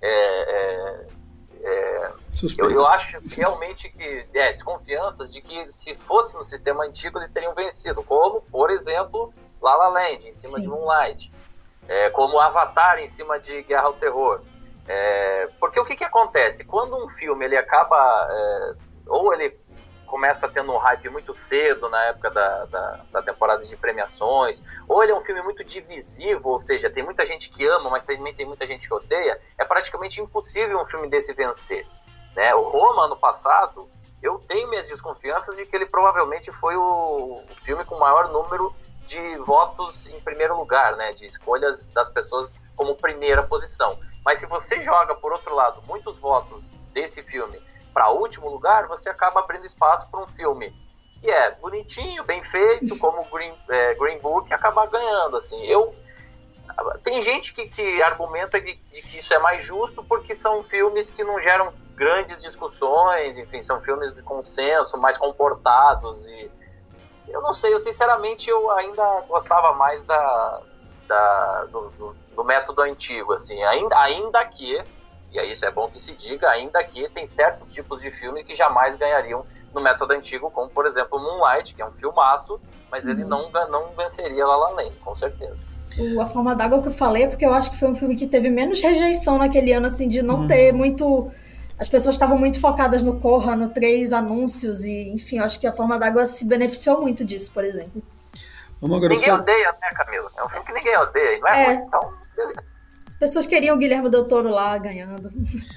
Eu acho realmente que desconfianças de que se fosse no sistema antigo eles teriam vencido, como, por exemplo, La La Land em cima de Moonlight, como Avatar em cima de Guerra ao Terror. Porque o que acontece? Quando um filme ele acaba, ou ele começa tendo um hype muito cedo na época da temporada de premiações, ou ele é um filme muito divisivo, ou seja, tem muita gente que ama, mas também tem muita gente que odeia, é praticamente impossível um filme desse vencer, né? O Roma, ano passado, eu tenho minhas desconfianças de que ele provavelmente foi o filme com o maior número de votos em primeiro lugar, né? De escolhas das pessoas como primeira posição. Mas se você joga, por outro lado, muitos votos desse filme para último lugar, você acaba abrindo espaço para um filme que é bonitinho, bem feito, como Green Book, acabar ganhando, assim. Tem gente que argumenta de que isso é mais justo porque são filmes que não geram grandes discussões, enfim, são filmes de consenso, mais comportados, e eu não sei, sinceramente eu ainda gostava mais do método antigo, assim, ainda que, e aí isso é bom que se diga, ainda que tem certos tipos de filme que jamais ganhariam no método antigo, como por exemplo Moonlight, que é um filmaço, mas ele não venceria La La Land, com certeza. A Forma d'Água que eu falei, porque eu acho que foi um filme que teve menos rejeição naquele ano, assim, de não ter muito... As pessoas estavam muito focadas no Corra, no 3 anúncios, e enfim, eu acho que A Forma d'Água se beneficiou muito disso, por exemplo. Ninguém odeia, né, Camila? É um filme que ninguém odeia, não é ruim, então... Pessoas queriam o Guilherme Del Toro lá ganhando.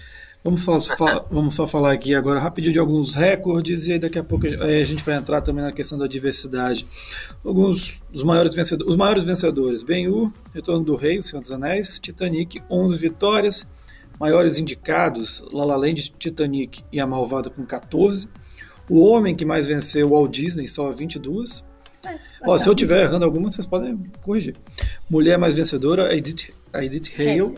Vamos só falar aqui agora rapidinho de alguns recordes, e aí daqui a pouco a gente vai entrar também na questão da diversidade. Alguns dos maiores vencedores. Os maiores vencedores: Ben-Hur, Retorno do Rei, O Senhor dos Anéis, Titanic, 11 vitórias. Maiores indicados: La La Land, Titanic e A Malvada com 14. O homem que mais venceu, Walt Disney, só 22. Se eu estiver errando alguma, vocês podem corrigir. Mulher mais vencedora, Edith Hale.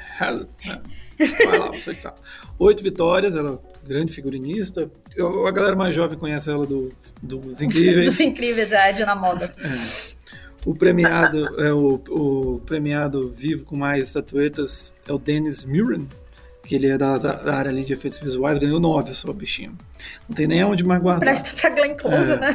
Vai lá, você que sabe. 8 vitórias, ela é grande figurinista. A galera mais jovem conhece ela dos Incríveis. Dos Incríveis, a Diana Moda. O premiado o premiado vivo com mais estatuetas é o Dennis Muren, que ele é da área ali de efeitos visuais, ganhou 9 só, bichinho. Não tem nem onde mais guardar. Presta pra Glenn Close, né?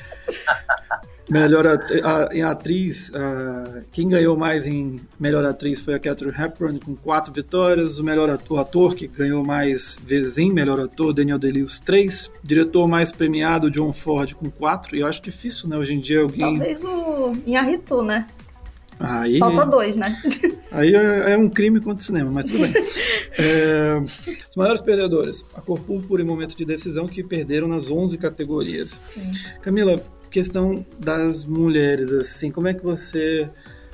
Melhor atriz, quem ganhou mais em melhor atriz foi a Katharine Hepburn, com 4 vitórias. O melhor ator, que ganhou mais vezes em melhor ator, Daniel Day-Lewis, 3. Diretor mais premiado, John Ford, com 4. E eu acho difícil, né, hoje em dia alguém... Talvez o Inharitu, né? Aí, falta 2, né? Aí é um crime contra o cinema, mas tudo bem. Os maiores perdedores: A Cor Púrpura e Momento de Decisão, que perderam nas 11 categorias. Sim. Camila, questão das mulheres, assim, como é que você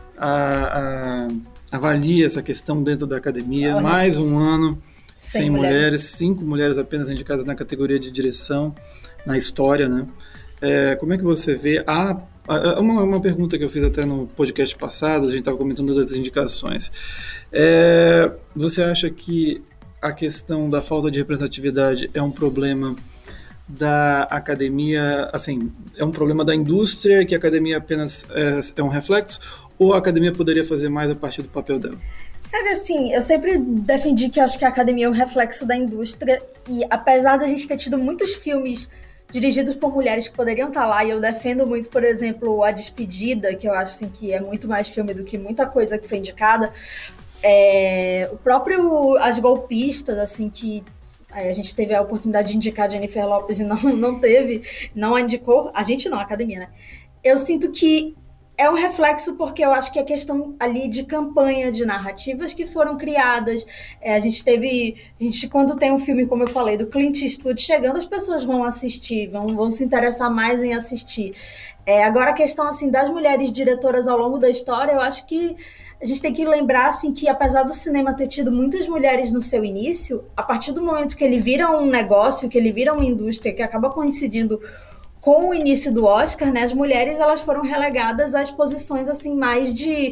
avalia essa questão dentro da academia? Mais um ano sem mulheres, 5 mulheres apenas indicadas na categoria de direção, na história, né? Como é que você vê uma pergunta que eu fiz até no podcast passado, a gente estava comentando das indicações. Você acha que a questão da falta de representatividade é um problema da academia, assim, é um problema da indústria, que a academia apenas é um reflexo, ou a academia poderia fazer mais a partir do papel dela? Cara, assim, eu sempre defendi que eu acho que a academia é um reflexo da indústria e apesar da gente ter tido muitos filmes dirigidos por mulheres que poderiam estar lá, e eu defendo muito, por exemplo, A Despedida, que eu acho assim, que é muito mais filme do que muita coisa que foi indicada, o próprio As Golpistas, assim, que a gente teve a oportunidade de indicar a Jennifer Lopez e não teve, não a indicou, a gente não, a academia, né? Eu sinto que é um reflexo porque eu acho que é questão ali de campanha, de narrativas que foram criadas. A gente, quando tem um filme, como eu falei, do Clint Eastwood chegando, as pessoas vão assistir, vão se interessar mais em assistir. Agora, a questão assim, das mulheres diretoras ao longo da história, eu acho que a gente tem que lembrar assim, que apesar do cinema ter tido muitas mulheres no seu início, a partir do momento que ele vira um negócio, que ele vira uma indústria, que acaba coincidindo com o início do Oscar, né, as mulheres elas foram relegadas às posições assim mais de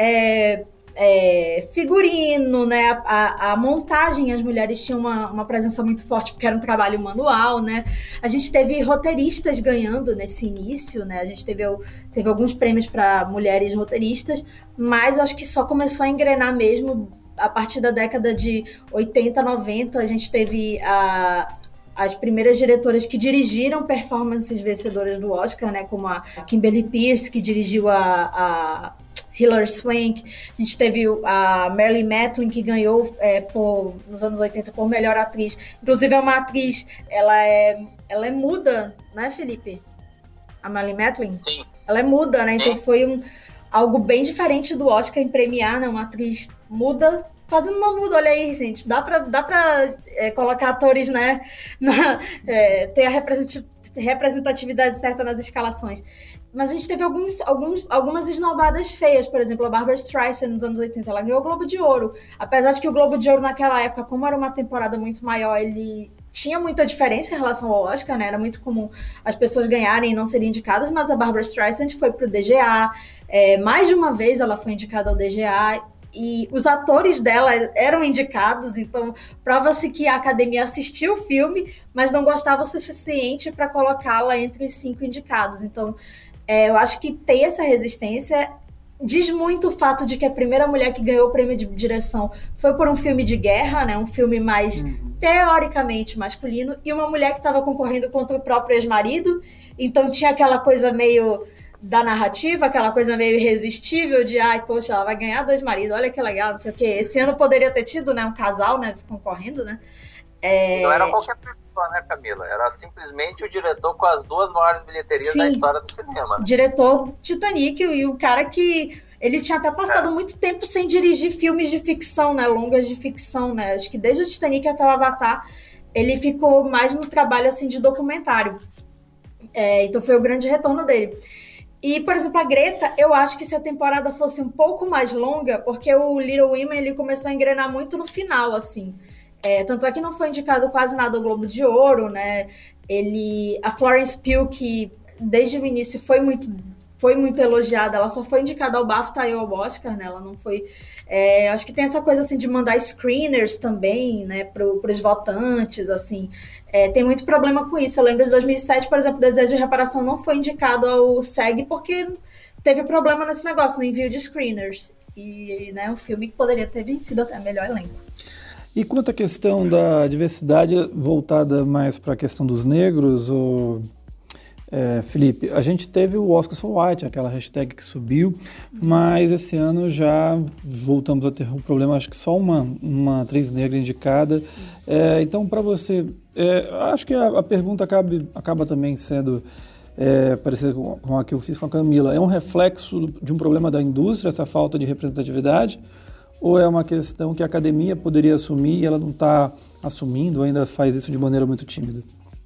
figurino, né, a montagem, as mulheres tinham uma presença muito forte porque era um trabalho manual, né, a gente teve roteiristas ganhando nesse início, né, a gente teve alguns prêmios para mulheres roteiristas, mas acho que só começou a engrenar mesmo a partir da década de 80, 90, a gente teve as primeiras diretoras que dirigiram performances vencedoras do Oscar, né, como a Kimberly Peirce, que dirigiu a Hilary Swank. A gente teve a Marilyn Matlin, que ganhou nos anos 80 por melhor atriz. Inclusive é uma atriz, ela é muda, né, Felipe? A Marilyn Matlin? Sim. Ela é muda, né? Então foi algo bem diferente do Oscar em premiar, né? Uma atriz muda fazendo uma muda, olha aí, gente. Dá pra colocar atores, né? Ter a representatividade certa nas escalações. Mas a gente teve algumas esnobadas feias. Por exemplo, a Barbra Streisand nos anos 80, ela ganhou o Globo de Ouro. Apesar de que o Globo de Ouro naquela época, como era uma temporada muito maior, ele tinha muita diferença em relação ao Oscar, né? Era muito comum as pessoas ganharem e não serem indicadas, mas a Barbra Streisand foi pro DGA. Mais de uma vez ela foi indicada ao DGA. E os atores dela eram indicados, então prova-se que a academia assistiu o filme, mas não gostava o suficiente para colocá-la entre os 5 indicados. Então, eu acho que ter essa resistência diz muito o fato de que a primeira mulher que ganhou o prêmio de direção foi por um filme de guerra, né? Um filme mais teoricamente masculino, e uma mulher que estava concorrendo contra o próprio ex-marido, então tinha aquela coisa meio da narrativa, aquela coisa meio irresistível de, poxa, ela vai ganhar 2 maridos, olha que legal, não sei o quê. Esse ano poderia ter tido, né, um casal, né, concorrendo, né? Não era qualquer pessoa, né, Camila? Era simplesmente o diretor com as 2 maiores bilheterias da história do cinema. Né? Diretor Titanic e o cara que... Ele tinha até passado muito tempo sem dirigir filmes de ficção, né, longas de ficção, né? Acho que desde o Titanic até o Avatar, ele ficou mais no trabalho, assim, de documentário. Então foi o grande retorno dele. E, por exemplo, a Greta, eu acho que se a temporada fosse um pouco mais longa, porque o Little Women ele começou a engrenar muito no final, assim. Tanto é que não foi indicado quase nada ao Globo de Ouro, né? A Florence Pugh, que desde o início foi muito elogiada, ela só foi indicada ao BAFTA e ao Oscar, né? Ela não foi... acho que tem essa coisa, assim, de mandar screeners também, né? Pros votantes, assim... tem muito problema com isso. Eu lembro de 2007, por exemplo, o Desejo de Reparação não foi indicado ao SEG porque teve problema nesse negócio, no envio de screeners. E, né, um filme que poderia ter vencido até melhor elenco. E quanto à questão da diversidade voltada mais para a questão dos negros, Felipe, a gente teve o Oscar So White, aquela hashtag que subiu, mas esse ano já voltamos a ter um problema, acho que só uma atriz negra indicada. Então, para você, acho que a pergunta acaba também sendo parecida com a que eu fiz com a Camila. É um reflexo de um problema da indústria, essa falta de representatividade? Ou é uma questão que a academia poderia assumir e ela não está assumindo, ainda faz isso de maneira muito tímida?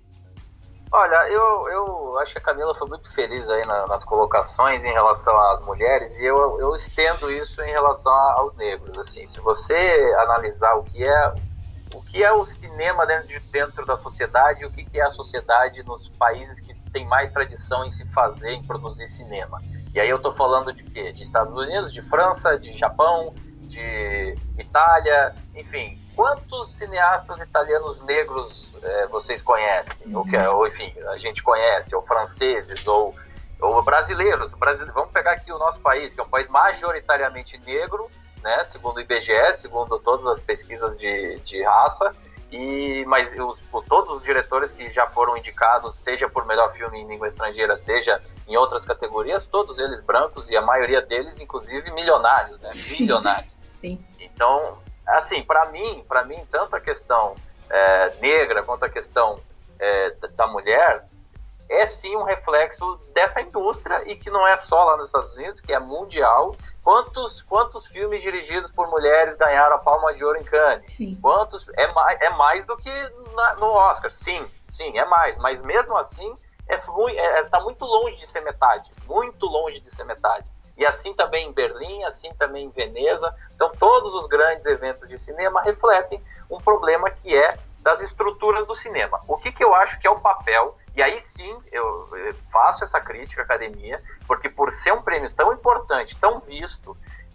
Olha, eu acho que a Camila foi muito feliz aí nas colocações em relação às mulheres, e eu estendo isso em relação aos negros. Assim, se você analisar o que é o cinema dentro da sociedade e o que é a sociedade nos países que tem mais tradição em se fazer, em produzir cinema. E aí eu estou falando de quê? De Estados Unidos, de França, de Japão, de Itália, enfim. Quantos cineastas italianos negros vocês conhecem? Ou, enfim, a gente conhece, ou franceses, ou brasileiros. Vamos pegar aqui o nosso país, que é um país majoritariamente negro, né, segundo o IBGE, segundo todas as pesquisas de raça, mas todos os diretores que já foram indicados, seja por melhor filme em língua estrangeira, seja em outras categorias, todos eles brancos e a maioria deles, inclusive, milionários, né? Milionários. Sim. Então, assim, para mim, tanto a questão negra quanto a questão da mulher é sim um reflexo dessa indústria e que não é só lá nos Estados Unidos, que é mundial. Quantos filmes dirigidos por mulheres ganharam a Palma de Ouro em Cannes? Sim. Quantos? É mais do que no Oscar, sim, é mais. Mas mesmo assim, tá muito longe de ser metade. Muito longe de ser metade. E assim também em Berlim, assim também em Veneza. Então, todos os grandes eventos de cinema refletem um problema que é das estruturas do cinema. O que eu acho que é o papel, e aí sim eu faço essa crítica à academia, porque por ser um prêmio tão importante, tão visto,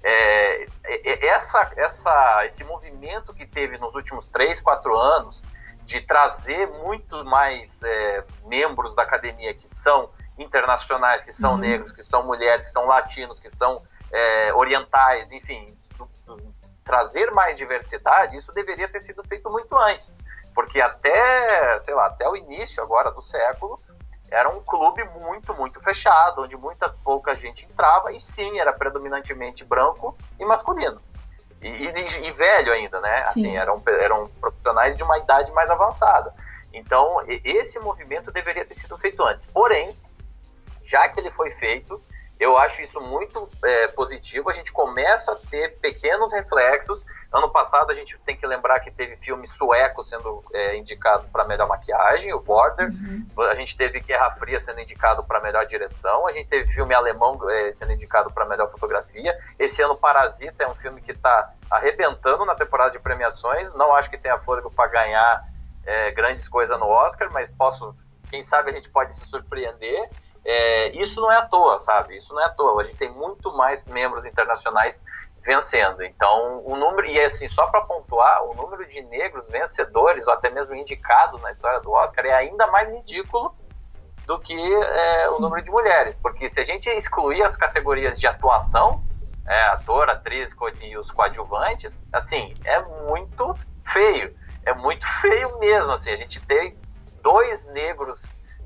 esse movimento que teve nos últimos 3, 4 anos de trazer muito mais membros da academia que são internacionais, que são negros, que são mulheres, que são latinos, que são orientais, enfim, trazer mais diversidade, isso deveria ter sido feito muito antes, porque até o início agora do século, era um clube muito, muito fechado, onde pouca gente entrava, e sim, era predominantemente branco e masculino. E velho ainda, né? Assim, eram profissionais de uma idade mais avançada. Então, esse movimento deveria ter sido feito antes. Porém, já que ele foi feito, eu acho isso muito positivo. A gente começa a ter pequenos reflexos. Ano passado, a gente tem que lembrar que teve filme sueco sendo indicado para melhor maquiagem, o Border. A gente teve Guerra Fria sendo indicado para melhor direção. A gente teve filme alemão sendo indicado para melhor fotografia. Esse ano, Parasita é um filme que está arrebentando na temporada de premiações. Não acho que tenha fôlego para ganhar grandes coisas no Oscar, mas quem sabe a gente pode se surpreender. Isso não é à toa, sabe? Isso não é à toa. A gente tem muito mais membros internacionais vencendo. Então, o número, e assim, só para pontuar, o número de negros vencedores, ou até mesmo indicados na história do Oscar, é ainda mais ridículo do que o número de mulheres. Porque se a gente excluir as categorias de atuação, ator, atriz e os coadjuvantes, assim, é muito feio. É muito feio mesmo, assim. A gente tem 2 negros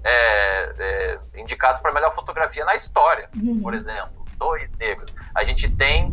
indicados para melhor fotografia na história, por exemplo. 2 negros. A gente tem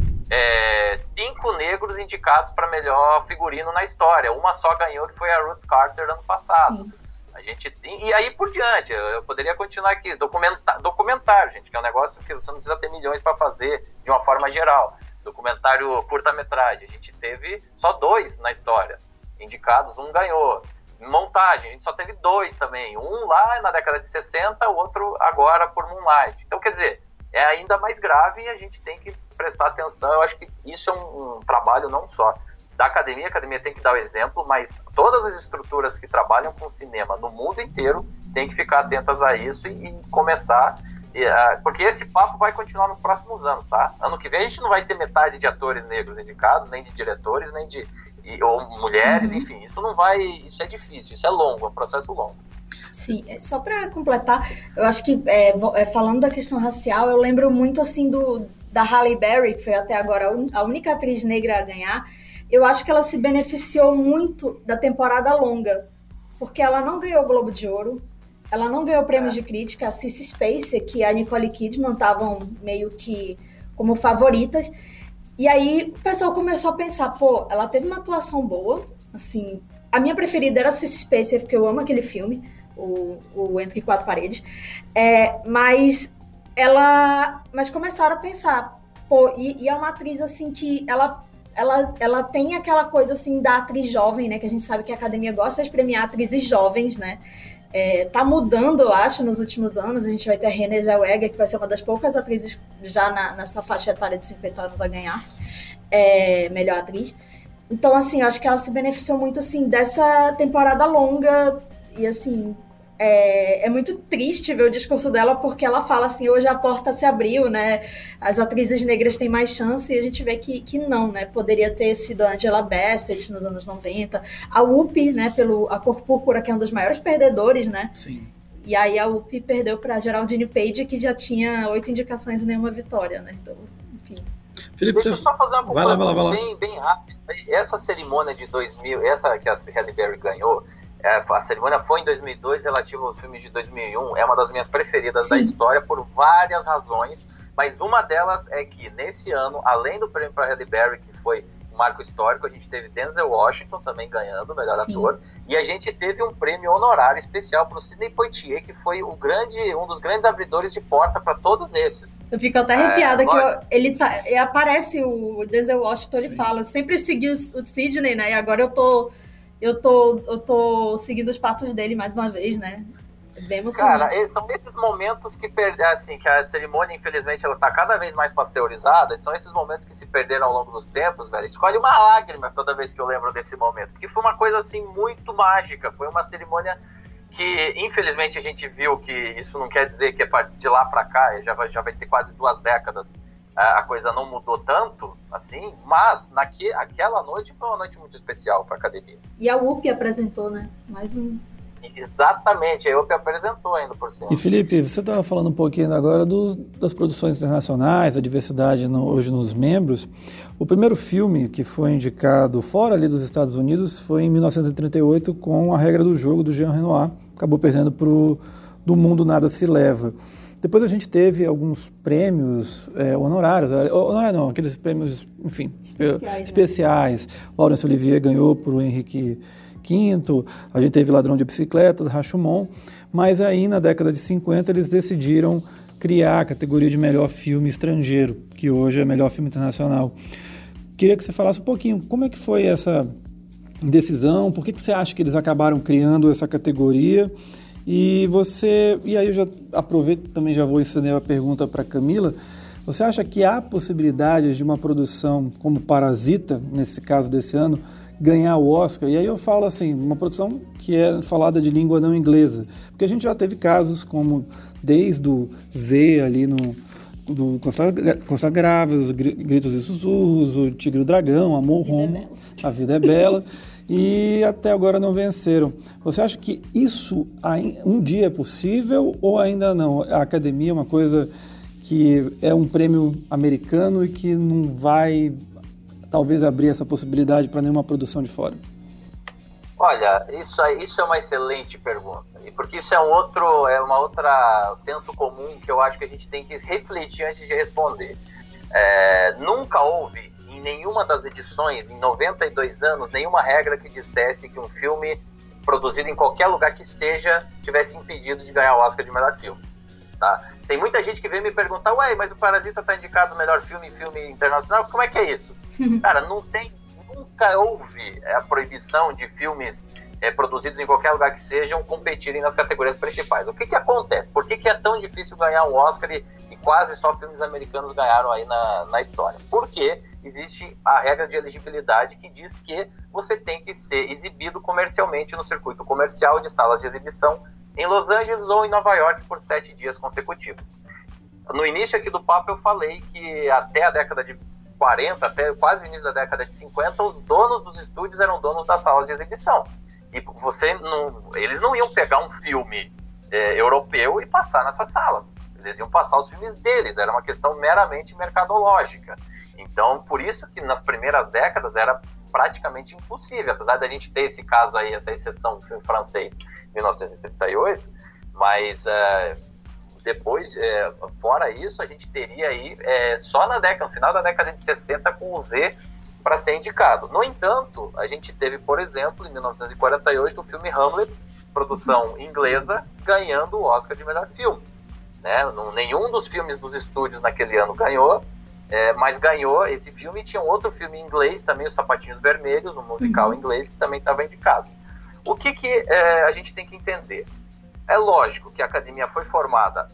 5 negros indicados para melhor figurino na história. Uma só ganhou, que foi a Ruth Carter ano passado. E aí por diante, eu poderia continuar aqui. Documentário, gente, que é um negócio que você não precisa ter milhões para fazer de uma forma geral. Documentário curta-metragem, a gente teve só 2 na história indicados, um ganhou. Montagem, a gente só teve 2 também. Um lá na década de 60, o outro agora por Moonlight. Então, quer dizer, é ainda mais grave e a gente tem que prestar atenção. Eu acho que isso é um trabalho não só da academia, a academia tem que dar o exemplo, mas todas as estruturas que trabalham com cinema no mundo inteiro têm que ficar atentas a isso e começar, porque esse papo vai continuar nos próximos anos, tá? Ano que vem a gente não vai ter metade de atores negros indicados, nem de diretores, nem ou mulheres, enfim, isso é difícil, isso é longo, é um processo longo. Sim, só para completar, eu acho que falando da questão racial, eu lembro muito assim da Halle Berry, que foi até agora a única atriz negra a ganhar. Eu acho que ela se beneficiou muito da temporada longa, porque ela não ganhou o Globo de Ouro, ela não ganhou prêmios de crítica, a Sissy Spacek e a Nicole Kidman estavam meio que como favoritas, e aí o pessoal começou a pensar, ela teve uma atuação boa, assim, a minha preferida era a Sissy Spacek, porque eu amo aquele filme, o Entre Quatro Paredes, mas começaram a pensar, e é uma atriz assim que ela tem aquela coisa assim da atriz jovem, né, que a gente sabe que a academia gosta de premiar atrizes jovens, né, tá mudando, eu acho, nos últimos anos. A gente vai ter a Renée Zellweger, que vai ser uma das poucas atrizes já nessa faixa etária de 50 anos a ganhar melhor atriz. Então, assim, eu acho que ela se beneficiou muito, assim, dessa temporada longa. E, assim, é muito triste ver o discurso dela, porque ela fala assim, hoje a porta se abriu, né? As atrizes negras têm mais chance, e a gente vê que não, né? Poderia ter sido a Angela Bassett nos anos 90, a Whoopi, né? A Cor Púrpura, que é um dos maiores perdedores, né? Sim. E aí a Whoopi perdeu para Geraldine Page, que já tinha 8 indicações e nenhuma vitória, né? Então, enfim. Felipe, deixa eu só fazer uma vai lá. Bem rápida. Essa cerimônia de 2000, essa que a Halle Berry ganhou, a cerimônia foi em 2002, relativa aos filmes de 2001, é uma das minhas preferidas da história por várias razões, mas uma delas é que nesse ano, além do prêmio para Halle Berry, que foi um marco histórico, a gente teve Denzel Washington também ganhando o melhor ator, e a gente teve um prêmio honorário especial para o Sidney Poitier, que foi um dos grandes abridores de porta para todos esses. Eu fico até arrepiada que aparece o Denzel Washington, ele fala, eu sempre segui o Sidney, né, e agora eu tô seguindo os passos dele mais uma vez, né. É bem emocionante. Cara, são esses momentos que que a cerimônia, infelizmente, ela tá cada vez mais pasteurizada, são esses momentos que se perderam ao longo dos tempos, velho. Escolhe uma lágrima toda vez que eu lembro desse momento, porque foi uma coisa, assim, muito mágica, foi uma cerimônia que, infelizmente, a gente viu que isso não quer dizer que de lá pra cá, já vai ter quase 2 décadas, a coisa não mudou tanto, assim, mas aquela noite foi uma noite muito especial pra academia. E a UP apresentou, né, mais um... Exatamente, a UP apresentou ainda por cima. E Felipe, você estava falando um pouquinho agora das produções internacionais, a diversidade hoje nos membros. O primeiro filme que foi indicado fora ali dos Estados Unidos foi em 1938 com A Regra do Jogo, do Jean Renoir. Acabou perdendo para o Do Mundo Nada Se Leva. Depois a gente teve alguns prêmios honorários, aqueles prêmios, enfim, especiais. Né? Laurence Olivier ganhou por Henrique V, a gente teve Ladrão de Bicicletas, Rashomon, mas aí na década de 50 eles decidiram criar a categoria de melhor filme estrangeiro, que hoje é melhor filme internacional. Queria que você falasse um pouquinho como é que foi essa decisão, por que você acha que eles acabaram criando essa categoria, e aí eu já aproveito também, já vou estender a pergunta para Camila. Você acha que há possibilidades de uma produção como Parasita, nesse caso desse ano, ganhar o Oscar? E aí eu falo assim, uma produção que é falada de língua não inglesa, porque a gente já teve casos como desde o Z ali do Costa Grávidas, Gritos e Sussurros, o Tigre e o Dragão, Amor Roma, A Vida é Bela, e até agora não venceram. Você acha que isso um dia é possível ou ainda não? A Academia é uma coisa que é um prêmio americano e que não vai talvez abrir essa possibilidade para nenhuma produção de fora? Olha, isso é uma excelente pergunta, porque isso é uma outra senso comum que eu acho que a gente tem que refletir antes de responder. Nunca houve, em nenhuma das edições, em 92 anos, nenhuma regra que dissesse que um filme produzido em qualquer lugar que esteja tivesse impedido de ganhar o Oscar de melhor filme. Tá? Tem muita gente que vem me perguntar, mas o Parasita está indicado melhor filme em filme internacional, como é que é isso? Cara, nunca houve a proibição de filmes produzidos em qualquer lugar que sejam competirem nas categorias principais. O que acontece? Por que é tão difícil ganhar um Oscar e quase só filmes americanos ganharam aí na história? Porque existe a regra de elegibilidade que diz que você tem que ser exibido comercialmente no circuito comercial de salas de exibição em Los Angeles ou em Nova York por 7 dias consecutivos. No início aqui do papo eu falei que até a década de 40, até quase o início da década de 50, os donos dos estúdios eram donos das salas de exibição. E eles não iam pegar um filme europeu e passar nessas salas. Eles iam passar os filmes deles, era uma questão meramente mercadológica. Então, por isso que nas primeiras décadas era praticamente impossível, apesar da gente ter esse caso aí, essa exceção do filme francês, 1938, mas depois, fora isso, a gente teria aí só no final da década de 60 com o Z para ser indicado. No entanto, a gente teve, por exemplo, em 1948, o filme Hamlet, produção inglesa, ganhando o Oscar de melhor filme. Né? Nenhum dos filmes dos estúdios naquele ano ganhou, mas ganhou esse filme, e tinha um outro filme em inglês também, Os Sapatinhos Vermelhos, um musical inglês, que também estava indicado. O que a gente tem que entender? É lógico que a academia foi formada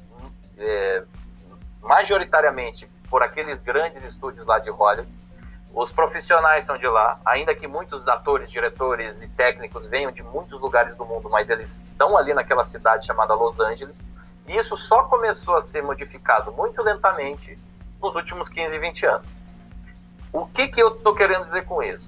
majoritariamente por aqueles grandes estúdios lá de Hollywood. Os profissionais são de lá, ainda que muitos atores, diretores e técnicos venham de muitos lugares do mundo, mas eles estão ali naquela cidade chamada Los Angeles. E isso só começou a ser modificado muito lentamente nos últimos 15, 20 anos. O que eu estou querendo dizer com isso?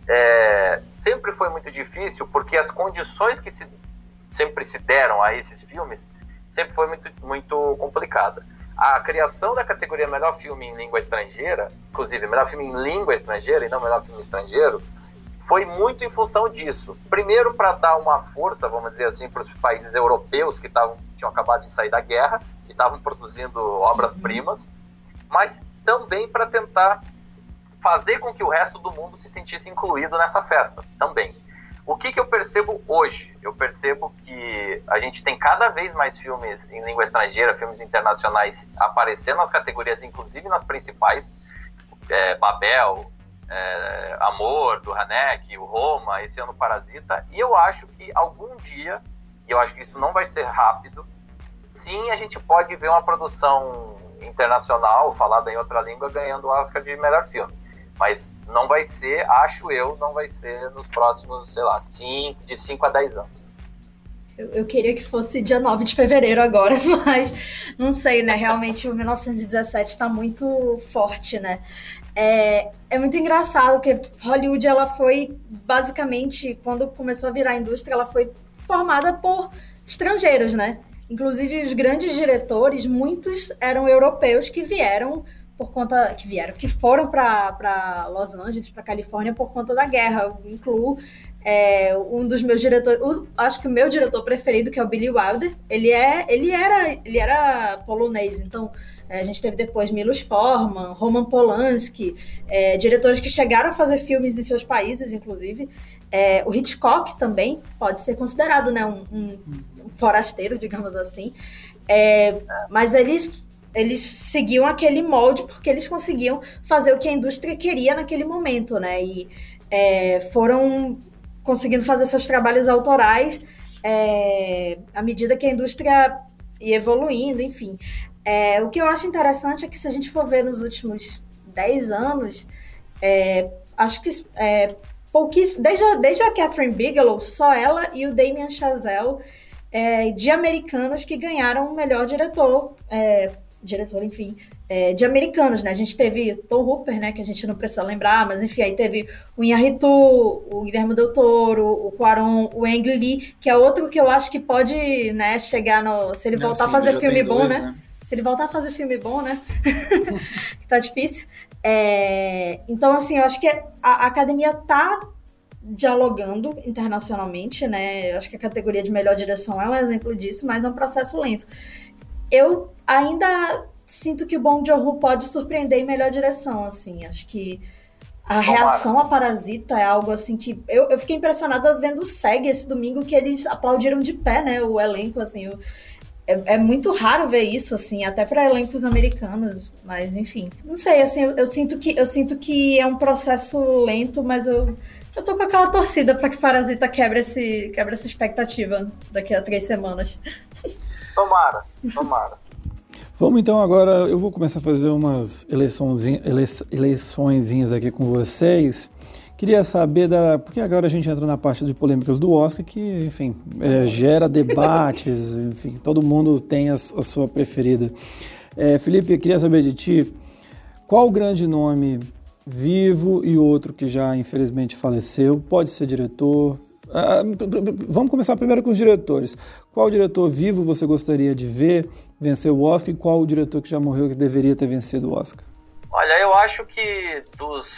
Sempre foi muito difícil, porque as condições que sempre se deram a esses filmes sempre foi muito, muito complicada. a criação da categoria melhor filme em língua estrangeira, inclusive melhor filme em língua estrangeira e não melhor filme estrangeiro, foi muito em função disso. Primeiro, para dar uma força, vamos dizer assim, para os países europeus que tinham acabado de sair da guerra e estavam produzindo obras-primas, mas também para tentar fazer com que o resto do mundo se sentisse incluído nessa festa também. O que eu percebo hoje? Eu percebo que a gente tem cada vez mais filmes em língua estrangeira, filmes internacionais aparecendo nas categorias, inclusive nas principais, Babel, Amor, do Haneke, o Roma, esse ano Parasita, e eu acho que algum dia, e eu acho que isso não vai ser rápido, sim, a gente pode ver uma produção internacional, falada em outra língua, ganhando o Oscar de melhor filme. Mas não vai ser, acho eu, não vai ser nos próximos, sei lá, de 5 a 10 anos. Eu queria que fosse dia 9 de fevereiro agora, mas não sei, né? Realmente o 1917 está muito forte, né? É muito engraçado, porque Hollywood, ela foi, basicamente, quando começou a virar indústria, ela foi formada por estrangeiros, né? Inclusive, os grandes diretores, muitos eram europeus que foram para Los Angeles, para Califórnia, por conta da guerra. Eu incluo um dos meus diretores, acho que o meu diretor preferido, que é o Billy Wilder, ele era polonês, então a gente teve depois Milos Forman, Roman Polanski, diretores que chegaram a fazer filmes em seus países, inclusive. O Hitchcock também pode ser considerado, né, um forasteiro, digamos assim, mas eles seguiam aquele molde porque eles conseguiam fazer o que a indústria queria naquele momento, né, e foram conseguindo fazer seus trabalhos autorais à medida que a indústria ia evoluindo, enfim. O que eu acho interessante é que, se a gente for ver nos últimos 10 anos, acho que pouquíssimo, desde a Catherine Bigelow, só ela e o Damien Chazelle, de americanos, que ganharam o melhor diretor, enfim, de americanos, né? A gente teve Tom Hooper, né, que a gente não precisa lembrar, mas enfim, aí teve o Iñárritu, o Guillermo del Toro, o Cuarón, o Ang Lee, que é outro que eu acho que pode, né, chegar se ele voltar a fazer filme bom, né? Se ele voltar a fazer filme bom, né? Tá difícil. Então, assim, eu acho que a academia tá dialogando internacionalmente, né? Eu acho que a categoria de melhor direção é um exemplo disso, mas é um processo lento. Eu ainda sinto que o Bong Joon-ho pode surpreender em melhor direção, assim. Acho que a reação a Parasita é algo assim que... Eu fiquei impressionada vendo o SEG esse domingo, que eles aplaudiram de pé, né? O elenco, assim... É muito raro ver isso, assim, até para elencos americanos, mas enfim. Não sei, assim, eu sinto que é um processo lento, mas eu tô com aquela torcida para que Parasita quebre essa expectativa daqui a 3 semanas. Tomara. Vamos então agora, eu vou começar a fazer umas eleiçõezinhas aqui com vocês. Queria saber porque agora a gente entra na parte de polêmicas do Oscar, que, enfim, gera debates, enfim, todo mundo tem a sua preferida. Felipe, eu queria saber de ti, qual grande nome vivo e outro que já infelizmente faleceu, pode ser diretor? Vamos começar primeiro com os diretores. Qual diretor vivo você gostaria de ver vencer o Oscar e qual o diretor que já morreu que deveria ter vencido o Oscar? Olha, eu acho que dos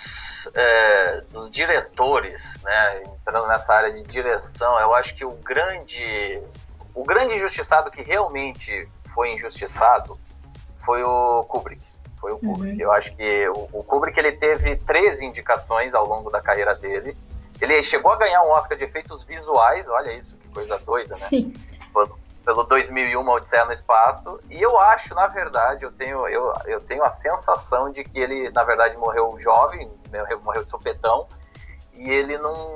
diretores, né, entrando nessa área de direção, eu acho que o grande injustiçado que realmente foi injustiçado foi o Kubrick. Eu acho que o Kubrick, ele teve 13 indicações ao longo da carreira dele. Ele chegou a ganhar um Oscar de efeitos visuais, olha isso, que coisa doida, né? Sim. Pelo 2001, Uma Odisseia no Espaço, e eu acho, na verdade, eu tenho a sensação de que ele, na verdade, morreu jovem, morreu de sopetão, e ele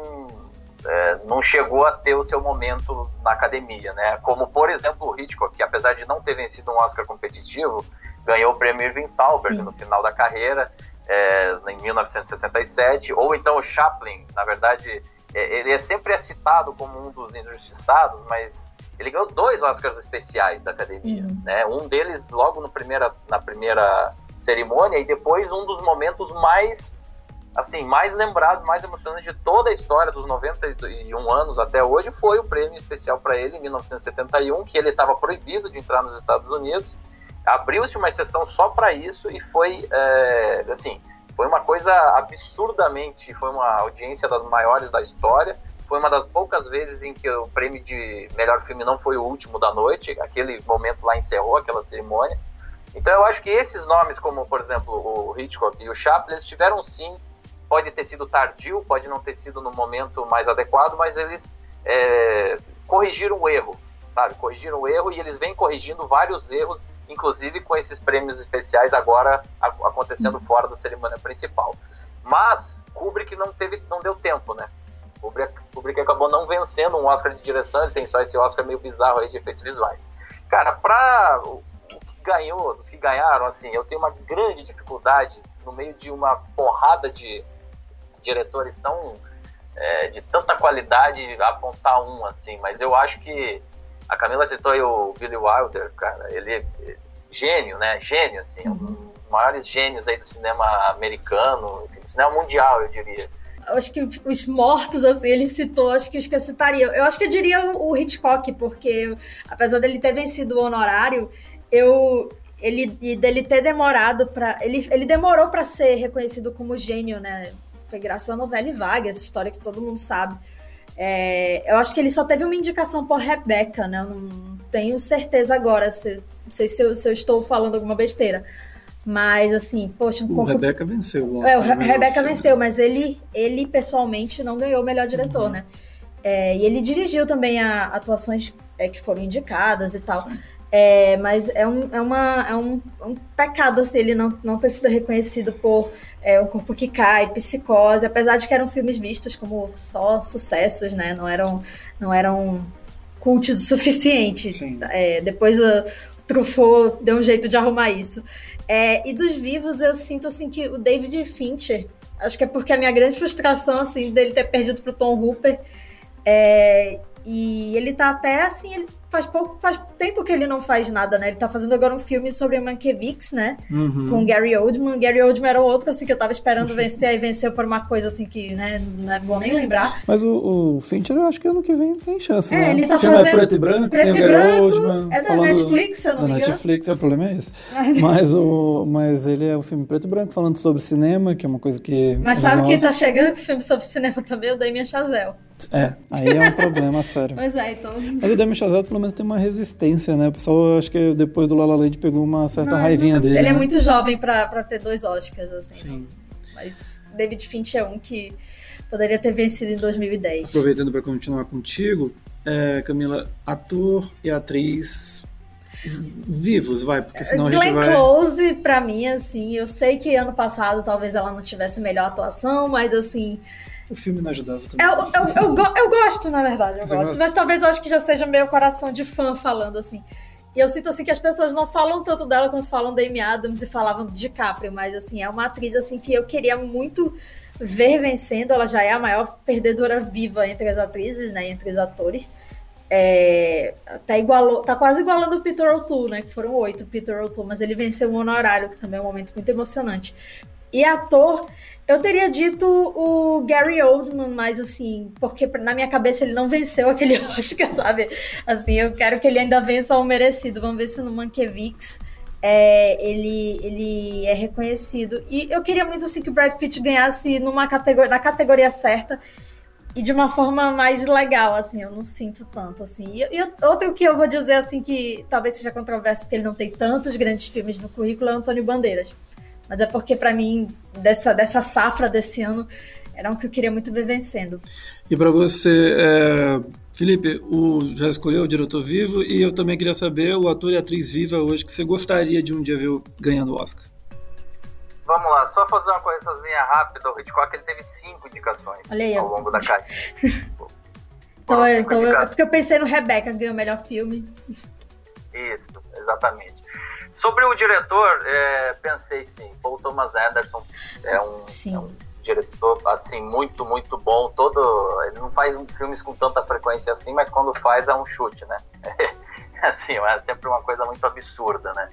não chegou a ter o seu momento na academia, né? Como, por exemplo, o Hitchcock, que apesar de não ter vencido um Oscar competitivo, ganhou o prêmio Irving Thalberg no final da carreira, em 1967, ou então o Chaplin, na verdade, ele sempre citado como um dos injustiçados, mas ele ganhou 2 Oscars especiais da academia, né? Um deles logo na primeira cerimônia, e depois um dos momentos mais lembrados, mais emocionantes de toda a história dos 91 anos até hoje, foi o prêmio especial para ele em 1971, que ele estava proibido de entrar nos Estados Unidos, abriu-se uma exceção só para isso e foi, assim, foi uma coisa absurdamente, foi uma audiência das maiores da história, foi uma das poucas vezes em que o prêmio de melhor filme não foi o último da noite, aquele momento lá encerrou aquela cerimônia. Então eu acho que esses nomes, como por exemplo o Hitchcock e o Chaplin, eles tiveram sim, pode ter sido tardio, pode não ter sido no momento mais adequado, mas eles corrigiram o erro, sabe? Corrigiram o erro e eles vêm corrigindo vários erros, inclusive com esses prêmios especiais agora acontecendo fora da cerimônia principal. Mas Kubrick não deu tempo, né? Kubrick acabou não vencendo um Oscar de direção, ele tem só esse Oscar meio bizarro aí de efeitos visuais. Cara, dos que ganharam, assim, eu tenho uma grande dificuldade no meio de uma porrada de diretores de tanta qualidade apontar um, assim, mas eu acho que a Camila citou aí o Billy Wilder, cara, ele é gênio, né? Gênio, assim, um dos maiores gênios aí do cinema americano, do cinema mundial, eu diria. Eu acho que os mortos, assim, ele citou, acho que os que eu citaria. Eu acho que eu diria o Hitchcock, porque apesar dele ter vencido o honorário, dele ter demorado para ele demorou para ser reconhecido como gênio, né? Foi graças à novela e Vague, essa história que todo mundo sabe. Eu acho que ele só teve uma indicação por Rebecca, né? Eu não tenho certeza agora, não sei se eu estou falando alguma besteira. Mas, assim, poxa... O Rebecca venceu. O Rebecca venceu, mas ele pessoalmente não ganhou o melhor diretor, né? E ele dirigiu também atuações que foram indicadas e tal. Mas é um pecado, assim, ele não ter sido reconhecido por O Corpo que Cai, Psicose, apesar de que eram filmes vistos como só sucessos, né? Não eram cultos o suficiente. Depois o Truffaut deu um jeito de arrumar isso. E dos vivos, eu sinto assim que o David Fincher, acho que é porque a minha grande frustração assim, dele ter perdido pro Tom Hooper, e ele tá até assim, ele faz tempo que ele não faz nada, né? Ele tá fazendo agora um filme sobre Mankiewicz, né? Com Gary Oldman. Gary Oldman era outro assim, que eu tava esperando vencer, aí venceu por uma coisa assim que, né, não é bom nem lembrar. Mas o Fincher, eu acho que ano que vem tem chance, né? Ele tá o filme fazendo é preto e branco, tem o Gary Oldman. É da Netflix, se eu não me engano. Da Netflix, o problema é esse. Mas ele é um filme preto e branco, falando sobre cinema, que é uma coisa que... Mas sabe quem tá chegando com filme sobre cinema também? O Damien Chazelle. Aí é um problema sério. Pois é, então... Mas o Damien Chazelle pelo menos tem uma resistência, né? O pessoal, acho que depois do La La Land pegou uma certa raivinha dele. Ele né? é muito jovem pra ter 2 Oscars, assim. Sim. Mas David Fincher é um que poderia ter vencido em 2010. Aproveitando para continuar contigo, Camila, ator e atriz vivos, porque senão a gente vai... Glenn Close, pra mim, assim, eu sei que ano passado talvez ela não tivesse melhor atuação, mas assim... O filme não ajudava também. Eu gosto, na verdade, eu gosto. Mas talvez eu acho que já seja meio coração de fã falando, assim. E eu sinto, assim, que as pessoas não falam tanto dela quanto falam da Amy Adams e falavam de DiCaprio, mas, assim, é uma atriz, assim, que eu queria muito ver vencendo. Ela já é a maior perdedora viva entre as atrizes, né, entre os atores. Tá quase igualando o Peter O'Toole, né, que foram 8 Peter O'Toole, mas ele venceu um honorário, que também é um momento muito emocionante. E ator, eu teria dito o Gary Oldman, mas assim, porque na minha cabeça ele não venceu aquele Oscar, sabe? Assim, eu quero que ele ainda vença o merecido. Vamos ver se no Mankiewicz ele é reconhecido. E eu queria muito assim que o Brad Pitt ganhasse na categoria certa e de uma forma mais legal, assim, eu não sinto tanto, assim. E outro que eu vou dizer, assim, que talvez seja controverso, porque ele não tem tantos grandes filmes no currículo, é o Antônio Bandeiras. Mas é porque, pra mim, dessa safra desse ano, era um que eu queria muito ver vencendo. E pra você, Felipe, já escolheu o diretor vivo, e eu também queria saber o ator e atriz viva hoje que você gostaria de um dia ver ganhando o Oscar. Vamos lá, só fazer uma correçãozinha rápida. O Hitchcock ele teve 5 indicações ao longo da carreira. Então, porque eu pensei no Rebecca, ganhou o melhor filme. Isso, exatamente. Sobre o diretor, pensei sim, Paul Thomas Anderson é um diretor assim, muito, muito bom. Ele não faz filmes com tanta frequência assim, mas quando faz é um chute, né? Assim, é sempre uma coisa muito absurda, né?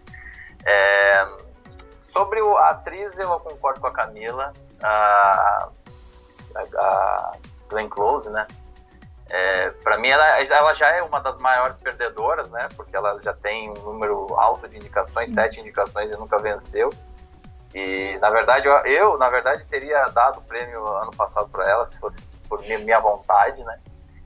Sobre a atriz, eu concordo com a Camila, a Glenn Close, né? Para mim, ela já é uma das maiores perdedoras, né? Porque ela já tem um número alto de indicações, 7 indicações e nunca venceu. E, na verdade, eu teria dado o prêmio ano passado para ela, se fosse por minha vontade, né?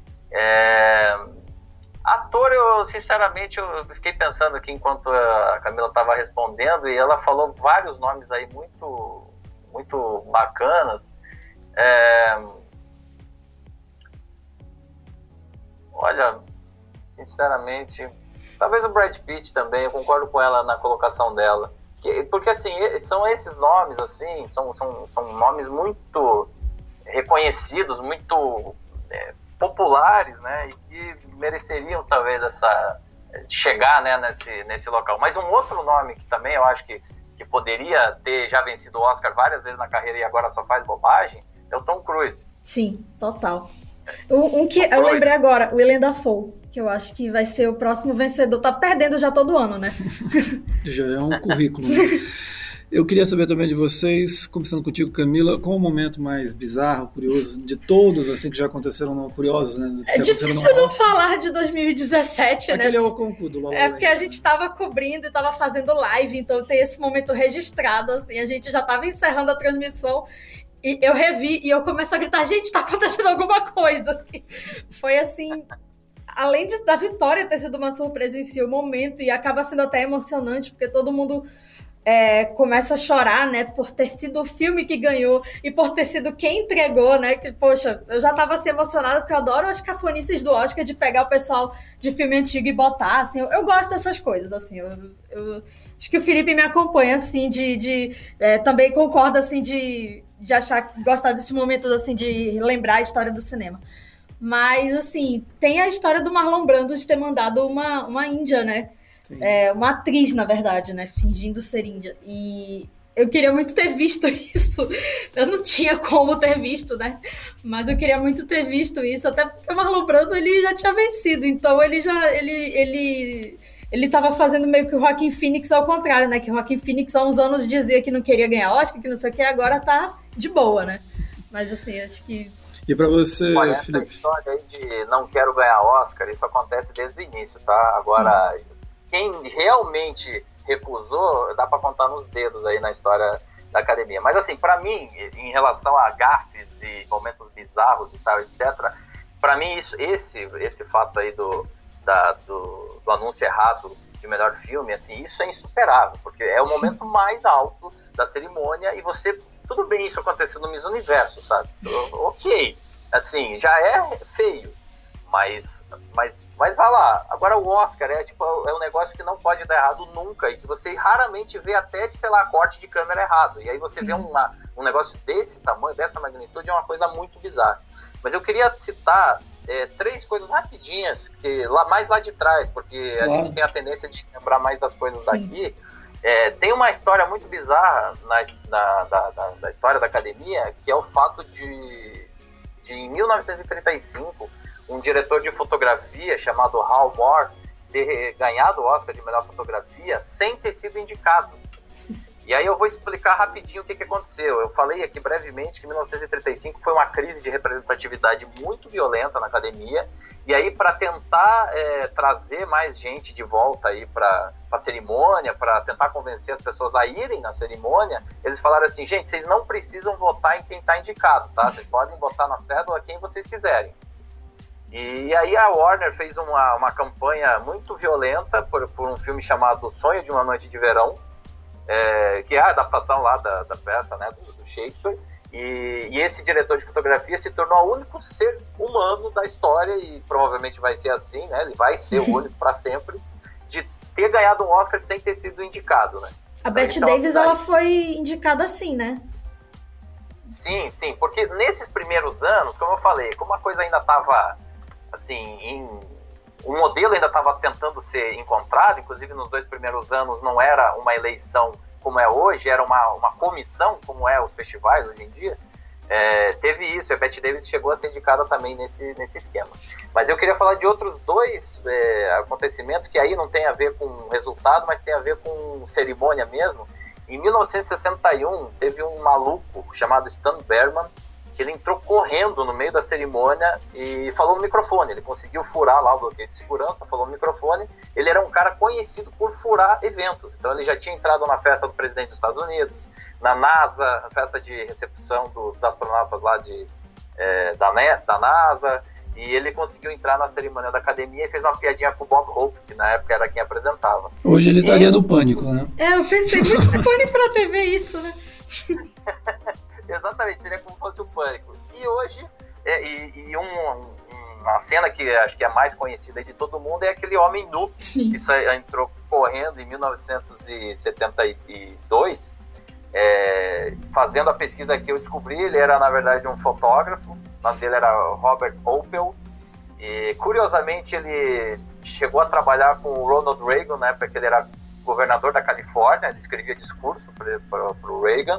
Ator, eu sinceramente eu fiquei pensando aqui enquanto a Camila estava respondendo, e ela falou vários nomes aí muito, muito bacanas. Olha, sinceramente, talvez o Brad Pitt também, eu concordo com ela na colocação dela. Porque, assim, são esses nomes, assim, são nomes muito reconhecidos, muito populares, né, e que mereceriam, talvez, chegar, né, nesse local. Mas um outro nome que também eu acho que poderia ter já vencido o Oscar várias vezes na carreira e agora só faz bobagem, é o Tom Cruise. Sim, total. Um que eu lembrei agora, o Willem Dafoe, que eu acho que vai ser o próximo vencedor. Tá perdendo já todo ano, né? Já é um currículo, né? Eu queria saber também de vocês, começando contigo, Camila, qual o momento mais bizarro, curioso, de todos, assim, que já aconteceram curiosos, né? É difícil não falar de 2017, né? Aquele é o concurso do É porque a gente estava cobrindo e estava fazendo live, então tem esse momento registrado, assim, a gente já estava encerrando a transmissão e eu revi e eu começo a gritar, gente, está acontecendo alguma coisa. Foi assim, além da vitória ter sido uma surpresa em si, o momento, e acaba sendo até emocionante, porque todo mundo começa a chorar, né, por ter sido o filme que ganhou e por ter sido quem entregou, né, que, poxa, eu já tava assim emocionada porque eu adoro as cafonices do Oscar de pegar o pessoal de filme antigo e botar, assim, eu gosto dessas coisas, assim, eu acho que o Felipe me acompanha, assim, também concorda, assim, de gostar desses momentos, assim, de lembrar a história do cinema. Mas, assim, tem a história do Marlon Brando de ter mandado uma índia, né, uma atriz, na verdade, né, fingindo ser índia. E eu queria muito ter visto isso. Eu não tinha como ter visto, né? Mas eu queria muito ter visto isso, até porque o Marlon Brando, ele já tinha vencido. Então ele tava fazendo meio que o Joaquin Phoenix ao contrário, né? Que o Joaquin Phoenix há uns anos dizia que não queria ganhar Oscar, que não sei o que, agora tá de boa, né? Mas assim, acho que... E pra você, olha, Felipe? essa história aí de não quero ganhar Oscar, isso acontece desde o início, tá? Agora... Sim. Quem realmente recusou, dá para contar nos dedos aí na história da academia. Mas assim, para mim, em relação a gafes e momentos bizarros e tal, etc., para mim esse fato aí do anúncio errado de melhor filme, assim, isso é insuperável, porque é o momento mais alto da cerimônia e tudo bem isso acontecer no Miss Universo, sabe? Ok, assim, já é feio, mas vai lá. Agora o Oscar é um negócio que não pode dar errado nunca e que você raramente vê até de, sei lá, corte de câmera errado. E aí você vê um negócio desse tamanho, dessa magnitude, é uma coisa muito bizarra. Mas eu queria citar 3 coisas rapidinhas, mais lá de trás, porque a gente tem a tendência de lembrar mais das coisas daqui. Tem uma história muito bizarra da história da academia, que é o fato de em 1935, um diretor de fotografia chamado Hal Moore ter ganhado o Oscar de melhor fotografia sem ter sido indicado. E aí eu vou explicar rapidinho o que aconteceu. Eu falei aqui brevemente que 1935 foi uma crise de representatividade muito violenta na academia, e aí para tentar trazer mais gente de volta aí para a cerimônia, para tentar convencer as pessoas a irem na cerimônia, eles falaram assim, gente, vocês não precisam votar em quem está indicado, tá? Vocês podem votar na cédula quem vocês quiserem. E aí a Warner fez uma campanha muito violenta por um filme chamado Sonho de uma Noite de Verão, que é a adaptação lá da peça, né, do Shakespeare, e esse diretor de fotografia se tornou o único ser humano da história, e provavelmente vai ser assim, né, ele vai ser o único para sempre, de ter ganhado um Oscar sem ter sido indicado, né. A Bette Davis, ela foi indicada assim, né? Sim, porque nesses primeiros anos, como eu falei, como a coisa ainda estava assim, o modelo ainda estava tentando ser encontrado, inclusive nos 2 primeiros anos não era uma eleição como é hoje, era uma comissão, como é os festivais hoje em dia, teve isso, a Bette Davis chegou a ser indicada também nesse esquema. Mas eu queria falar de outros 2 acontecimentos que aí não tem a ver com resultado, mas tem a ver com cerimônia mesmo. Em 1961, teve um maluco chamado Stan Berman, que ele entrou correndo no meio da cerimônia e falou no microfone. Ele conseguiu furar lá o bloqueio de segurança, falou no microfone. Ele era um cara conhecido por furar eventos. Então ele já tinha entrado na festa do presidente dos Estados Unidos, na NASA, a festa de recepção dos astronautas lá da NASA, e ele conseguiu entrar na cerimônia da academia e fez uma piadinha com o Bob Hope, que na época era quem apresentava. Hoje ele estaria no Pânico, né? Eu pensei muito no Pânico pra TV isso, né? Exatamente, seria como se fosse o Pânico. E hoje, uma cena que acho que é a mais conhecida de todo mundo é aquele homem nu, Sim. que entrou correndo em 1972, fazendo a pesquisa que eu descobri. Ele era, na verdade, um fotógrafo, o nome dele era Robert Opel, e curiosamente ele chegou a trabalhar com o Ronald Reagan, na época que ele era governador da Califórnia. Ele escrevia discurso para o Reagan,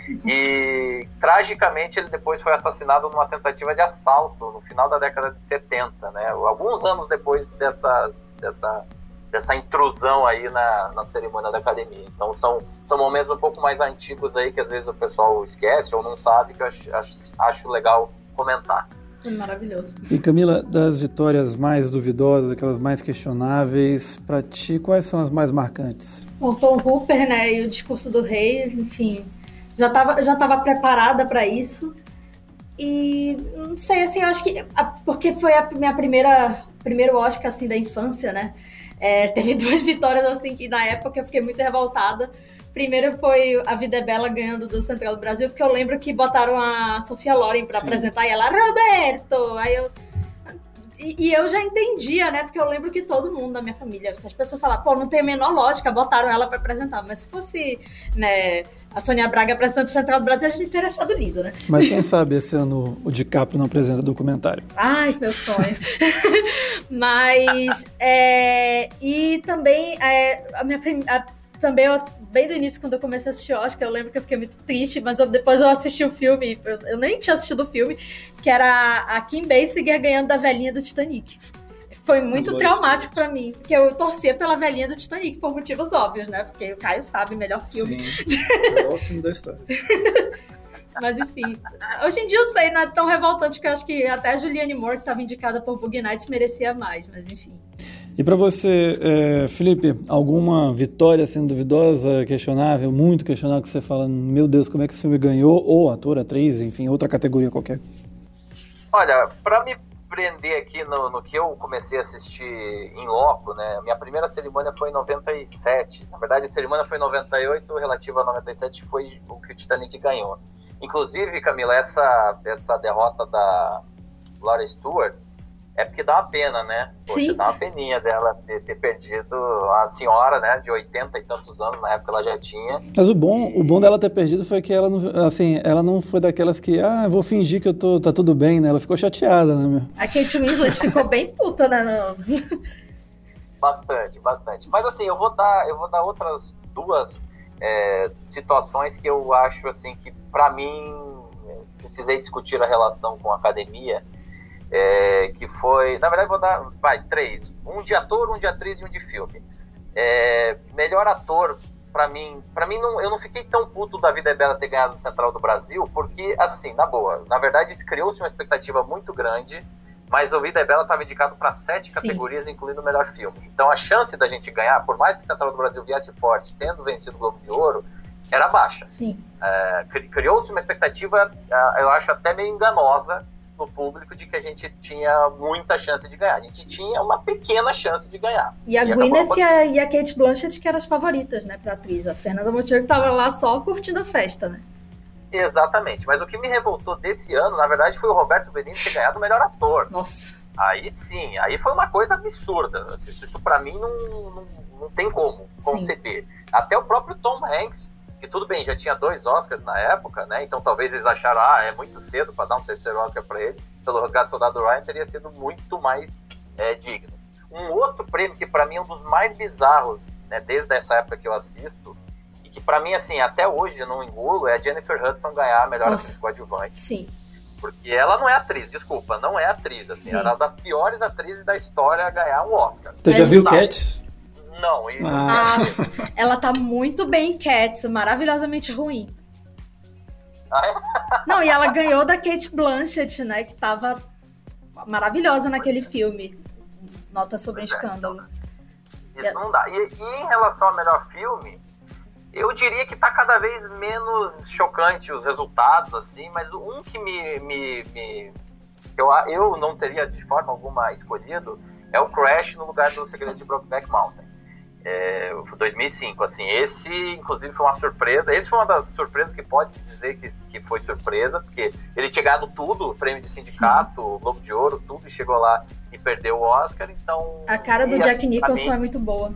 e tragicamente ele depois foi assassinado numa tentativa de assalto no final da década de 70, né? Alguns anos depois dessa intrusão aí na cerimônia da academia. Então são momentos um pouco mais antigos aí que às vezes o pessoal esquece ou não sabe, que eu acho legal comentar. Foi maravilhoso. E Camila, das vitórias mais duvidosas, aquelas mais questionáveis, pra ti, quais são as mais marcantes? O Tom Hooper, né, e o discurso do rei, enfim, já tava preparada para isso. E não sei, assim, eu acho que porque foi a minha primeiro Oscar assim da infância, né? Teve 2 vitórias assim que na época eu fiquei muito revoltada. Primeiro foi A Vida é Bela ganhando do Central do Brasil, porque eu lembro que botaram a Sofia Loren para apresentar e ela, Roberto! Aí eu já entendia, né? Porque eu lembro que todo mundo da minha família, as pessoas falavam, pô, não tem a menor lógica, botaram ela para apresentar. Mas se fosse, né, a Sônia Braga apresentando o Central do Brasil, a gente teria achado lindo, né? Mas quem sabe esse ano o DiCaprio não apresenta documentário. Ai, meu sonho. Mas, e também, também bem do início, quando eu comecei a assistir Oscar, eu lembro que eu fiquei muito triste, mas depois eu assisti o filme, eu nem tinha assistido o filme, que era a Kim Basinger ganhando da velhinha do Titanic. Foi muito traumático pra mim, porque eu torcia pela velhinha do Titanic por motivos óbvios, né? Porque o Caio sabe, melhor filme. Sim, o melhor filme da história. Mas enfim, hoje em dia eu sei, não é tão revoltante, que eu acho que até a Julianne Moore, que estava indicada por Boogie Nights, merecia mais, mas enfim. E para você, Felipe, alguma vitória assim duvidosa, questionável, muito questionável, que você fala, meu Deus, como é que esse filme ganhou? Ou ator, atriz, enfim, outra categoria qualquer? Olha, para me prender aqui no que eu comecei a assistir em loco, né? Minha primeira cerimônia foi em 97. Na verdade, a cerimônia foi em 98, relativa a 97 foi o que o Titanic ganhou. Inclusive, Camila, essa derrota da Laura Stewart é porque dá uma pena, né? Poxa, Sim. Dá uma peninha dela ter perdido a senhora, né? De 80 e tantos anos, na época ela já tinha. Mas o bom dela ter perdido foi que ela não foi daquelas que, vou fingir que tá tudo bem, né? Ela ficou chateada, né, meu? A Kate Winslet ficou bem puta, né? Bastante. Mas assim, eu vou dar outras 2 situações que eu acho, assim, que pra mim, precisei discutir a relação com a academia. Que foi, na verdade vou dar 3, um de ator, um de atriz e um de filme. Melhor ator, pra mim eu não fiquei tão puto da Vida é Bela ter ganhado o Central do Brasil, porque assim, na boa, na verdade criou-se uma expectativa muito grande, mas o Vida é Bela estava indicado para 7 categorias, incluindo o melhor filme. Então a chance da gente ganhar, por mais que o Central do Brasil viesse forte, tendo vencido o Globo de Ouro, era baixa. Sim. Criou-se uma expectativa, eu acho até meio enganosa, no público, de que a gente tinha muita chance de ganhar. A gente tinha uma pequena chance de ganhar. E a Gwyneth e a Kate Blanchett, que eram as favoritas, né, pra atriz. A Fernanda Montenegro que tava lá só curtindo a festa, né? Exatamente. Mas o que me revoltou desse ano, na verdade, foi o Roberto Benigni ter ganhado o melhor ator. Nossa. Aí sim, aí foi uma coisa absurda. Isso pra mim não tem como conceber. Sim. Até o próprio Tom Hanks, que tudo bem, já tinha 2 Oscars na época, né? Então talvez eles acharam, é muito cedo para dar um 3º Oscar para ele. Pelo Resgate do Soldado Ryan teria sido muito mais digno. Um outro prêmio que para mim é um dos mais bizarros, né, desde essa época que eu assisto, e que para mim, assim, até hoje eu não engulo, é a Jennifer Hudson ganhar a melhor atriz coadjuvante. Sim. Porque ela não é atriz, desculpa, não é atriz, assim, ela é uma das piores atrizes da história a ganhar um Oscar. Você já viu Cats? Não, ela tá muito bem em Cats, maravilhosamente ruim. Ah, é? Não, e ela ganhou da Cate Blanchett, né? Que tava maravilhosa naquele filme. Nota sobre um escândalo. Isso não dá. E em relação ao melhor filme, eu diria que tá cada vez menos chocante os resultados, assim, mas um que eu não teria de forma alguma escolhido é o Crash no lugar do Segredo de Brokeback Mountain. 2005, assim, esse inclusive foi uma surpresa, esse foi uma das surpresas que pode-se dizer que foi surpresa, porque ele tinha ganhado tudo, o prêmio de sindicato, o Globo de Ouro, tudo, e chegou lá e perdeu o Oscar, então... A cara do Jack assim, Nicholson é muito boa.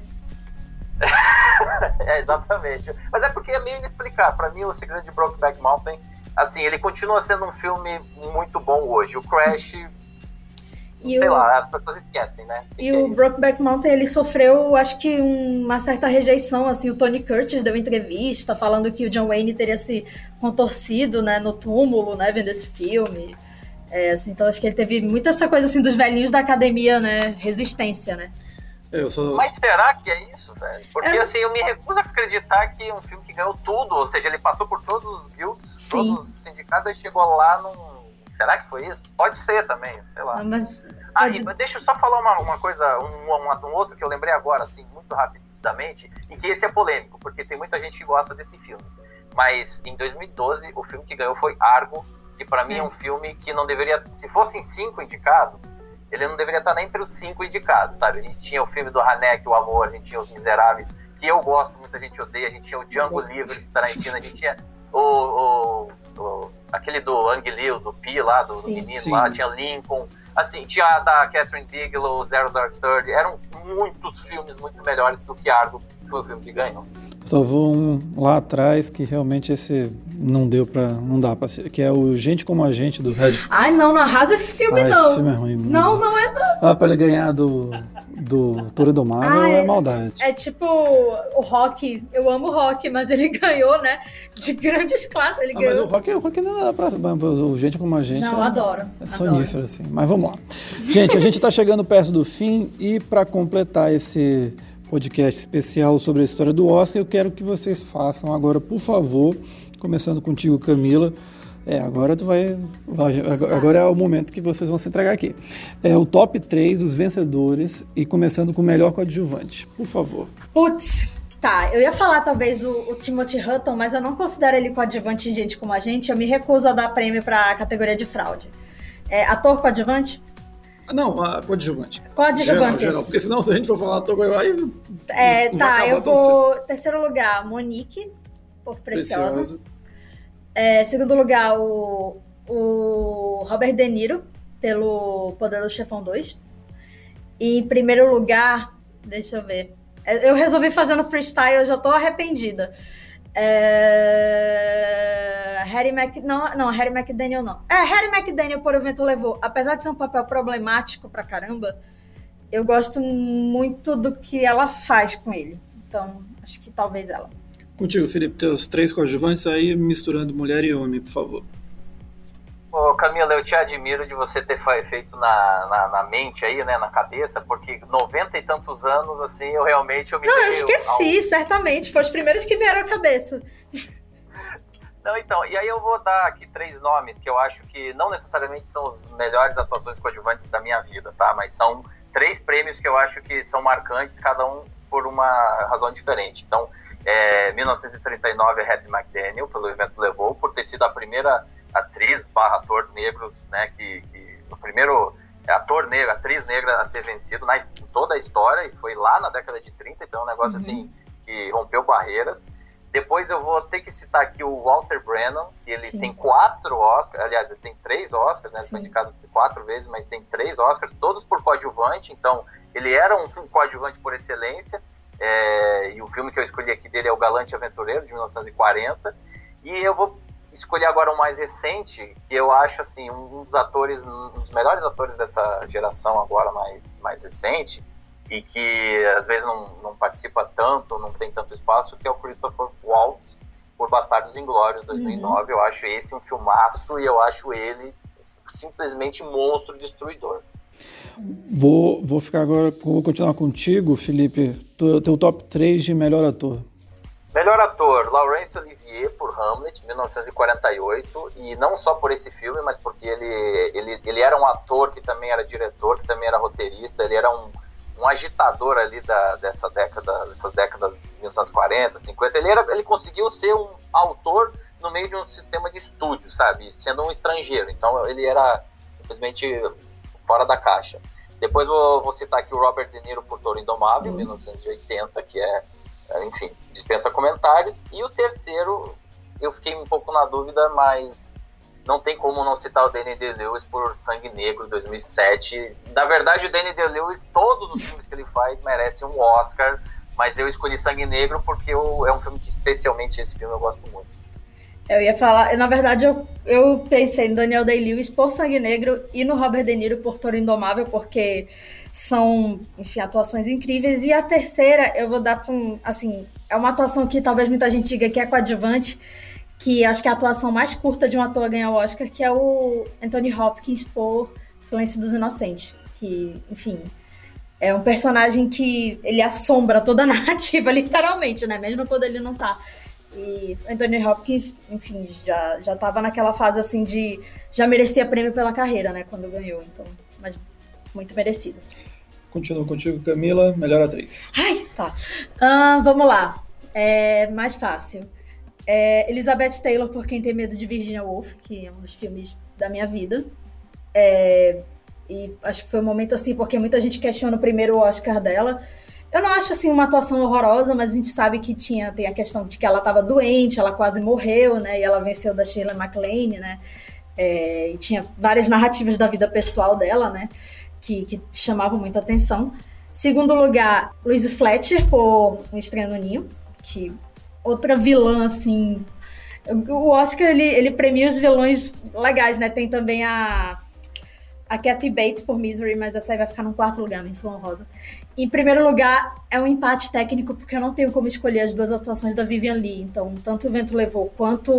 Exatamente, mas é porque é meio inexplicável, pra mim o Segredo de Brokeback Mountain, assim, ele continua sendo um filme muito bom hoje, o Crash... Sei lá, as pessoas esquecem, né? E o Brokeback Mountain, ele sofreu, acho que uma certa rejeição, assim, o Tony Curtis deu entrevista falando que o John Wayne teria se contorcido, né, no túmulo, né, vendo esse filme. Assim, então acho que ele teve muita essa coisa, assim, dos velhinhos da academia, né, resistência, né. Mas será que é isso, velho? Porque, assim, eu me recuso a acreditar que um filme que ganhou tudo, ou seja, ele passou por todos os guilds, todos os sindicatos, e chegou lá num... Será que foi isso? Pode ser também, sei lá. Deixa eu só falar uma coisa, um outro que eu lembrei agora, assim, muito rapidamente, e que esse é polêmico, porque tem muita gente que gosta desse filme. Mas em 2012, o filme que ganhou foi Argo, que pra mim é um filme que não deveria, se fossem 5 indicados, ele não deveria estar nem entre os 5 indicados, sabe? A gente tinha o filme do Haneke, O Amor, a gente tinha Os Miseráveis, que eu gosto, muita gente odeia, a gente tinha o Django Livre, do Tarantino, a gente tinha aquele do Ang Lee, do Pi lá, do menino lá, tinha Lincoln, assim, tinha a da Catherine Bigelow, Zero Dark Thirty, eram muitos filmes muito melhores do que Argo, que foi o filme que ganhou. Só vou lá atrás, que realmente esse não dá pra ser, que é o Gente Como a Gente, do Red. Ai, não arrasa esse filme, não. Esse filme é ruim. Não é não. Pra ele ganhar do Torre do Mar é maldade. É tipo o Rock, eu amo o Rock, mas ele ganhou, né, de grandes classes, ele ganhou. Mas o Rock não dá pra... O Gente Como a Gente adoro. É sonífero, assim. Mas vamos lá. Gente, a gente tá chegando perto do fim e pra completar esse podcast especial sobre a história do Oscar, eu quero que vocês façam agora, por favor, começando contigo, Camila. Agora é o momento que vocês vão se entregar aqui. É o top 3 dos vencedores e começando com o melhor coadjuvante, por favor. Putz, tá, eu ia falar talvez o Timothy Hutton, mas eu não considero ele coadjuvante em Gente Como a Gente, eu me recuso a dar prêmio pra categoria de fraude. Ator coadjuvante? Não, coadjuvante. Coadjuvante. Geral, porque senão, se a gente for falar ator, aí... eu vou... Terceiro lugar, Monique, por Preciosa. Segundo lugar, o Robert De Niro, pelo Poderoso Chefão 2. E em primeiro lugar, deixa eu ver. Eu resolvi fazer no freestyle, eu já tô arrependida. Harry McDaniel não. Harry McDaniel, por O Vento Levou. Apesar de ser um papel problemático pra caramba, eu gosto muito do que ela faz com ele. Então, acho que talvez ela. Contigo, Felipe, teus 3 coadjuvantes aí, misturando mulher e homem, por favor. Camila, eu te admiro de você ter feito na mente aí, né, na cabeça, porque 90 e tantos anos, assim, eu esqueci, certamente, foi os primeiros que vieram à cabeça. Não, então, e aí eu vou dar aqui 3 nomes que eu acho que não necessariamente são as melhores atuações coadjuvantes da minha vida, tá, mas são 3 prêmios que eu acho que são marcantes, cada um por uma razão diferente. Então, 1939 é Hattie McDaniel, pelo O Vento Levou, por ter sido a primeira atriz/ator negros, né, que o primeiro atriz negra a ter vencido em toda a história, e foi lá na década de 30, então é um negócio assim que rompeu barreiras. Depois eu vou ter que citar aqui o Walter Brennan, que ele tem 4 Oscars, aliás, ele tem 3 Oscars, né, ele foi indicado 4 vezes, mas tem 3 Oscars, todos por coadjuvante, então ele era um coadjuvante por excelência. E o filme que eu escolhi aqui dele é O Galante Aventureiro, de 1940, e eu vou escolher agora um mais recente, que eu acho assim, um dos melhores atores dessa geração agora mais recente, e que às vezes não participa tanto, não tem tanto espaço, que é o Christopher Waltz, por Bastardos Inglórios, 2009. Eu acho esse um filmaço, e eu acho ele simplesmente monstro destruidor. Vou continuar contigo, Felipe. Teu top 3 de melhor ator. Melhor ator, Laurence Olivier por Hamlet, 1948, e não só por esse filme, mas porque ele era um ator que também era diretor, que também era roteirista, ele era um agitador ali dessas décadas de 1940, 50, ele conseguiu ser um autor no meio de um sistema de estúdio, sabe, sendo um estrangeiro, então ele era simplesmente fora da caixa. Depois vou citar aqui o Robert De Niro por Toro Indomável, 1980, que enfim, dispensa comentários. E o terceiro, eu fiquei um pouco na dúvida, mas não tem como não citar o Daniel Day-Lewis por Sangue Negro, 2007. Na verdade, o Daniel Day-Lewis, todos os filmes que ele faz merecem um Oscar, mas eu escolhi Sangue Negro porque é um filme que, especialmente esse filme, eu gosto muito. Eu ia falar, na verdade, eu pensei no Daniel Day-Lewis por Sangue Negro e no Robert De Niro por Toro Indomável, porque são, enfim, atuações incríveis. E a terceira, eu vou dar para assim, é uma atuação que talvez muita gente diga que é coadjuvante, que acho que é a atuação mais curta de um ator a ganhar o Oscar, que é o Anthony Hopkins por Silêncio dos Inocentes, que, enfim, é um personagem que ele assombra toda a narrativa, literalmente, né, mesmo quando ele não tá. E Anthony Hopkins, enfim, já tava naquela fase, assim, de já merecia prêmio pela carreira, né, quando ganhou, então, mas muito merecido. Continuo contigo, Camila, melhor atriz. Ai, tá. Vamos lá. Mais fácil. Elizabeth Taylor por Quem Tem Medo de Virginia Woolf, que é um dos filmes da minha vida. E acho que foi um momento assim, porque muita gente questiona o primeiro Oscar dela. Eu não acho assim uma atuação horrorosa, mas a gente sabe que tem a questão de que ela estava doente, ela quase morreu, né? E ela venceu da Shirley MacLaine, né? E tinha várias narrativas da vida pessoal dela, né? Que chamavam muita atenção. Segundo lugar, Louise Fletcher por Um Estranho no Ninho, que outra vilã, assim... O Oscar, ele premia os vilões legais, né? Tem também a Kathy Bates por Misery, mas essa aí vai ficar no quarto lugar, menção honrosa. Em primeiro lugar, é um empate técnico, porque eu não tenho como escolher as duas atuações da Vivien Leigh. Então, tanto O Vento Levou quanto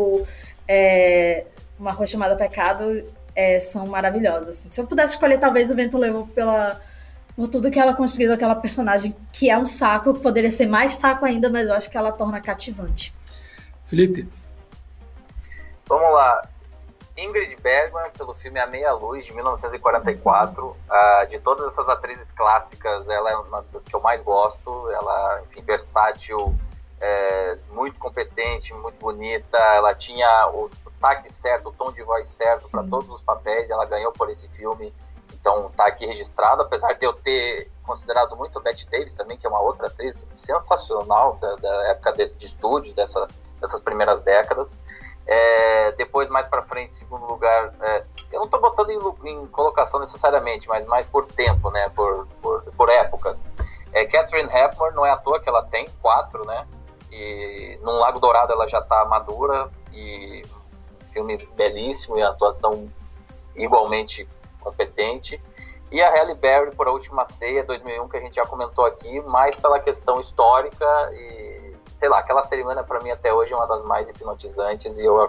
Uma Rua Chamada Pecado são maravilhosas. Assim. Se eu pudesse escolher, talvez O Vento Levou por tudo que ela construiu aquela personagem, que é um saco, que poderia ser mais saco ainda, mas eu acho que ela torna cativante. Felipe? Vamos lá. Ingrid Bergman, pelo filme A Meia Luz, de 1944. De todas essas atrizes clássicas, ela é uma das que eu mais gosto. Ela, enfim, versátil, muito competente, muito bonita. Ela tinha o sotaque certo, o tom de voz certo para todos os papéis. Ela ganhou por esse filme. Então tá aqui registrado, apesar de eu ter considerado muito a Bette Davis também, que é uma outra atriz sensacional da época de estúdios, dessas primeiras décadas. Depois, mais pra frente, em segundo lugar, eu não tô botando em colocação necessariamente, mas mais por tempo, né, por épocas. Katharine Hepburn, não é à toa que ela tem 4, né, e num Lago Dourado ela já tá madura, e um filme belíssimo e a atuação igualmente competente. E a Halle Berry por A Última Ceia, 2001, que a gente já comentou aqui, mais pela questão histórica e, sei lá, aquela cerimônia para mim até hoje é uma das mais hipnotizantes e eu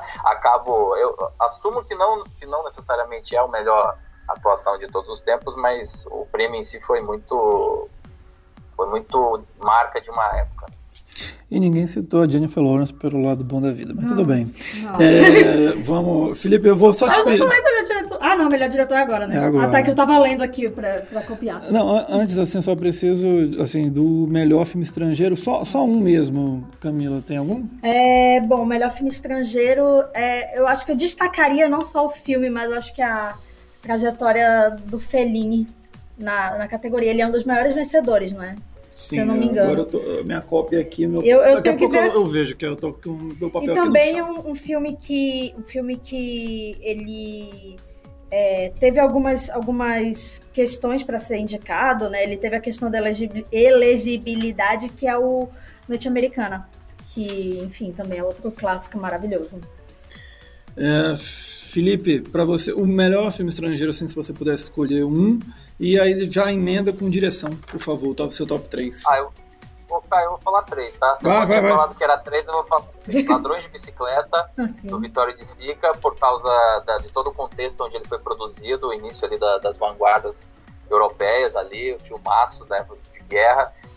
assumo que não necessariamente é a melhor atuação de todos os tempos, mas o prêmio em si foi muito marca de uma época. E ninguém citou a Jennifer Lawrence pelo lado bom da vida, mas tudo bem. Vamos, Felipe, eu vou só te pedir. Eu não falei melhor diretor. Não, melhor diretor é agora, né? Agora. Até que eu tava lendo aqui pra copiar. Não, antes, assim, só preciso, assim, do melhor filme estrangeiro, só um mesmo, Camila, tem algum? Bom, melhor filme estrangeiro, eu acho que eu destacaria não só o filme, mas acho que a trajetória do Fellini na categoria. Ele é um dos maiores vencedores, não é? Sim, se eu não me engano. Agora minha cópia aqui, daqui a pouco eu vejo que eu tô com o meu papel aqui. E também um filme que ele teve algumas questões para ser indicado, né? Ele teve a questão da elegibilidade, que é o Noite Americana, que, enfim, também é outro clássico maravilhoso. Felipe, para você, o melhor filme estrangeiro, assim, se você pudesse escolher um, e aí já emenda com direção, por favor, seu top 3. Eu vou falar 3, tá? Se eu tinha falado que era 3, eu vou falar Ladrões de Bicicleta, do Vittorio De Sica, por causa de todo o contexto onde ele foi produzido, o início ali das vanguardas europeias ali, o filmaço da época de guerra.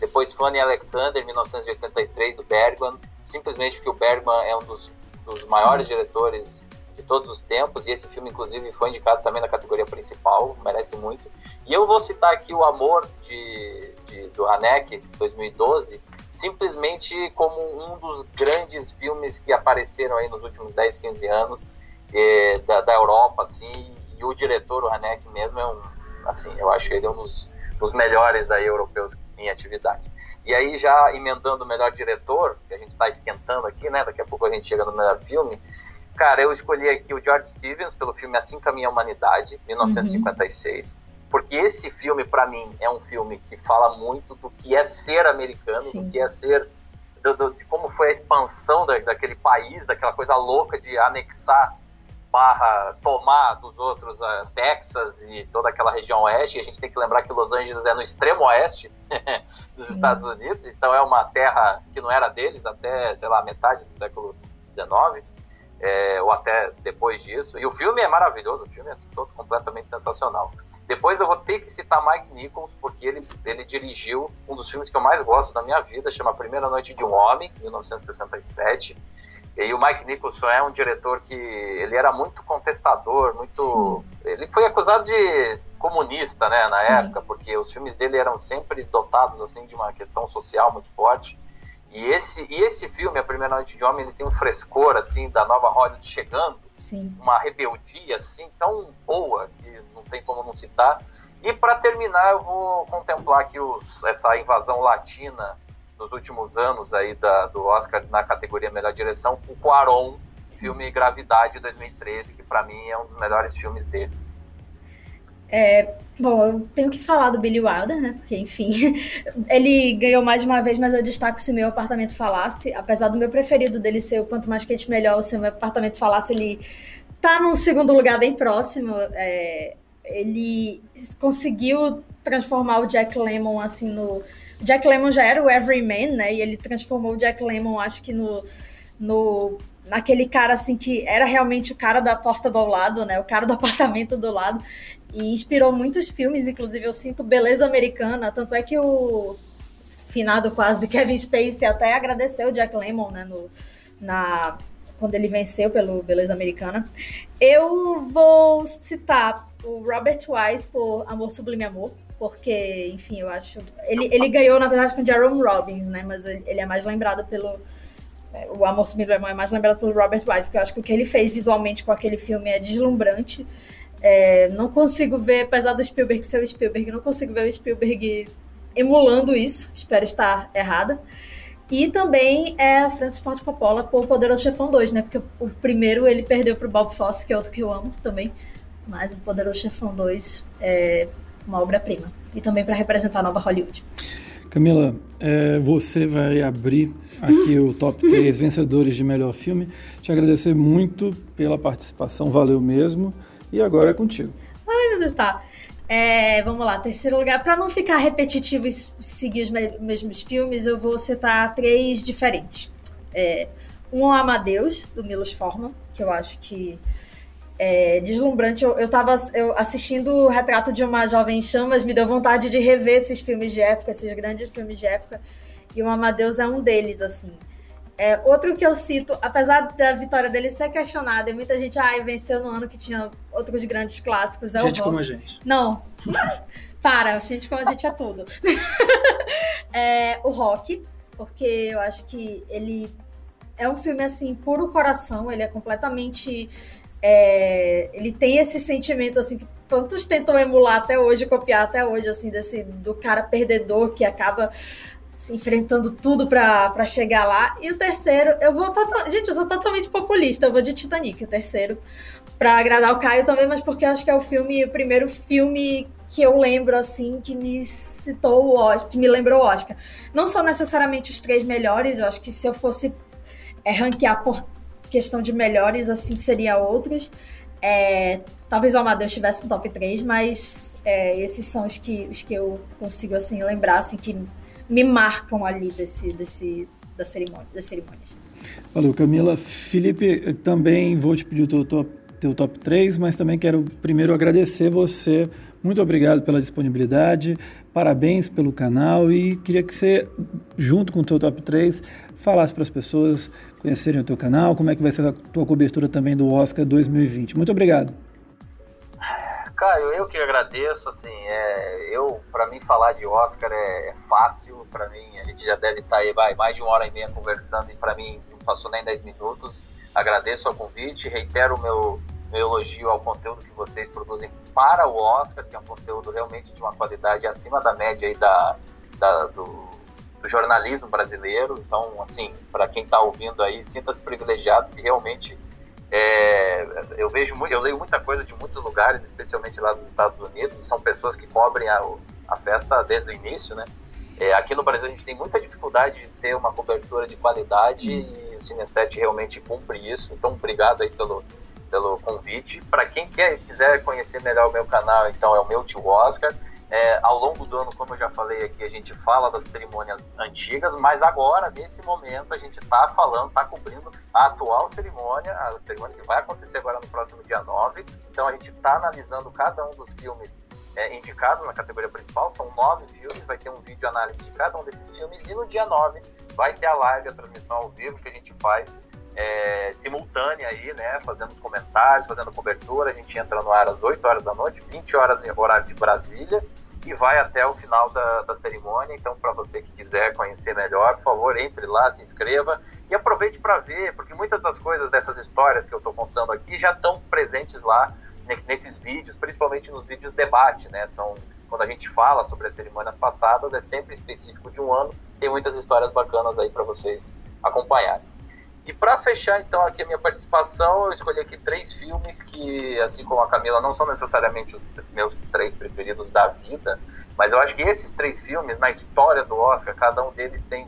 Depois Fanny Alexander, 1983, do Bergman, simplesmente porque o Bergman é um dos maiores diretores de todos os tempos, e esse filme, inclusive, foi indicado também na categoria principal, merece muito. E eu vou citar aqui O Amor, do Haneke, 2012, simplesmente como um dos grandes filmes que apareceram aí nos últimos 10, 15 anos da Europa, assim, e o diretor, o Haneke mesmo, assim, eu acho ele um dos melhores aí europeus em atividade. E aí, já emendando o melhor diretor, que a gente está esquentando aqui, né, daqui a pouco a gente chega no melhor filme, cara, eu escolhi aqui o George Stevens pelo filme Assim Caminha a Humanidade, 1956, porque esse filme, para mim, é um filme que fala muito do que é ser americano, Sim. do que é ser, de como foi a expansão daquele país, daquela coisa louca de anexar / tomar dos outros Texas e toda aquela região oeste. E a gente tem que lembrar que Los Angeles é no extremo oeste dos Estados Unidos, então é uma terra que não era deles até, sei lá, metade do século XIX, ou até depois disso. E o filme é maravilhoso, o filme é todo completamente sensacional. Depois eu vou ter que citar Mike Nichols, porque ele dirigiu um dos filmes que eu mais gosto da minha vida, chama A Primeira Noite de um Homem, 1967. E o Mike Nichols é um diretor que ele era muito contestador, muito... Sim. Ele foi acusado de comunista, né, na Sim. época, porque os filmes dele eram sempre dotados assim, de uma questão social muito forte. E esse filme, A Primeira Noite de um Homem, ele tem um frescor assim, da nova Hollywood chegando, Sim. uma rebeldia assim, tão boa que não tem como não citar. E para terminar, eu vou contemplar aqui essa invasão latina nos últimos anos aí do Oscar na categoria Melhor Direção, o Cuarón, filme Gravidade, 2013, que para mim é um dos melhores filmes dele. Bom, eu tenho que falar do Billy Wilder, né? Porque, enfim, ele ganhou mais de uma vez, mas eu destaco Se Meu Apartamento Falasse. Apesar do meu preferido dele ser o Quanto Mais Quente Melhor, o Se Meu Apartamento Falasse, ele tá num segundo lugar bem próximo. Ele conseguiu transformar o Jack Lemmon, assim, O Jack Lemmon já era o Everyman, né? E ele transformou o Jack Lemmon, acho que naquele cara, assim, que era realmente o cara da porta do lado, né? O cara do apartamento do lado. E inspirou muitos filmes, inclusive eu sinto Beleza Americana, tanto é que o finado quase Kevin Spacey até agradeceu o Jack Lemmon, né, quando ele venceu pelo Beleza Americana. Eu vou citar o Robert Wise por Amor Sublime Amor, porque, enfim, eu acho... Ele ganhou, na verdade, com Jerome Robbins, né, mas ele é mais lembrado o Amor Sublime Amor é mais lembrado pelo Robert Wise, porque eu acho que o que ele fez visualmente com aquele filme é deslumbrante. Não consigo ver, apesar do Spielberg ser o Spielberg, não consigo ver o Spielberg emulando isso, espero estar errada. E também a Francis Ford Coppola por Poderoso Chefão 2, né? Porque o primeiro ele perdeu pro Bob Fosse, que é outro que eu amo também, mas o Poderoso Chefão 2 é uma obra-prima. E também para representar a nova Hollywood. Camila, você vai abrir aqui o top 3 vencedores de melhor filme. Te agradecer muito pela participação, valeu mesmo. E agora é contigo. Ai, meu Deus, tá. Vamos lá, terceiro lugar. Para não ficar repetitivo e seguir os mesmos filmes, eu vou citar 3 diferentes. Um Amadeus, do Milos Forman, que eu acho que é deslumbrante. Eu tava assistindo o Retrato de uma Jovem em Chamas, me deu vontade de rever esses filmes de época, esses grandes filmes de época. E o Amadeus é um deles, assim. Outro que eu cito, apesar da vitória dele ser questionada, e muita gente venceu no ano que tinha outros grandes clássicos. Gente como a gente. Não. Para, gente como a gente é tudo. O Rock, porque eu acho que ele é um filme, assim, puro coração, ele é completamente... ele tem esse sentimento, assim, que tantos tentam emular até hoje, copiar até hoje, assim, do cara perdedor que acaba... enfrentando tudo pra chegar lá. E o terceiro, gente, eu sou totalmente populista, eu vou de Titanic, o terceiro, pra agradar o Caio também, mas porque eu acho que é o primeiro filme que eu lembro, assim, que me citou o Oscar, que me lembrou o Oscar. Não são necessariamente os 3 melhores, eu acho que se eu fosse ranquear por questão de melhores, assim, seria outros. Talvez o Amadeus estivesse no top 3, mas esses são os que eu consigo, assim, lembrar, assim, que me marcam ali das cerimônias. Valeu, Camila. Felipe, também vou te pedir o teu top 3, mas também quero primeiro agradecer você Muito obrigado pela disponibilidade, parabéns pelo canal e queria que você, junto com o teu Top 3, falasse para as pessoas conhecerem o teu canal, como é que vai ser a tua cobertura também do Oscar 2020. Muito obrigado. Caio, eu que agradeço, assim, para mim falar de Oscar é fácil, para mim a gente já deve estar aí mais de 1h30 conversando e para mim não passou nem 10 minutos. Agradeço o convite, reitero o meu elogio ao conteúdo que vocês produzem para o Oscar, que é um conteúdo realmente de uma qualidade acima da média aí do jornalismo brasileiro. Então, assim, para quem está ouvindo aí, sinta-se privilegiado, que realmente eu leio muita coisa de muitos lugares, especialmente lá dos Estados Unidos, e são pessoas que cobrem a festa desde o início, né? Aqui no Brasil a gente tem muita dificuldade de ter uma cobertura de qualidade e o Cine7 realmente cumpre isso. Então, obrigado aí pelo convite. Para quem quiser conhecer melhor o meu canal, então é o meu tio Oscar. Ao longo do ano, como eu já falei aqui, a gente fala das cerimônias antigas, mas agora, nesse momento, a gente está cobrindo a atual cerimônia, a cerimônia que vai acontecer agora no próximo dia 9. Então a gente está analisando cada um dos filmes indicados na categoria principal. São 9 filmes, vai ter um vídeo análise de cada um desses filmes, e no dia 9 vai ter a live, a transmissão ao vivo que a gente faz simultânea aí, né, fazendo os comentários, fazendo cobertura. A gente entra no ar às 8 horas da noite, 20 horas em horário de Brasília, e vai até o final da cerimônia. Então, para você que quiser conhecer melhor, por favor, entre lá, se inscreva e aproveite para ver, porque muitas das coisas dessas histórias que eu estou contando aqui já estão presentes lá nesses vídeos, principalmente nos vídeos debate, né? Quando a gente fala sobre as cerimônias passadas, é sempre específico de um ano, tem muitas histórias bacanas aí para vocês acompanharem. E para fechar, então, aqui a minha participação, eu escolhi aqui 3 filmes que, assim como a Camila, não são necessariamente os meus 3 preferidos da vida, mas eu acho que esses 3 filmes, na história do Oscar, cada um deles tem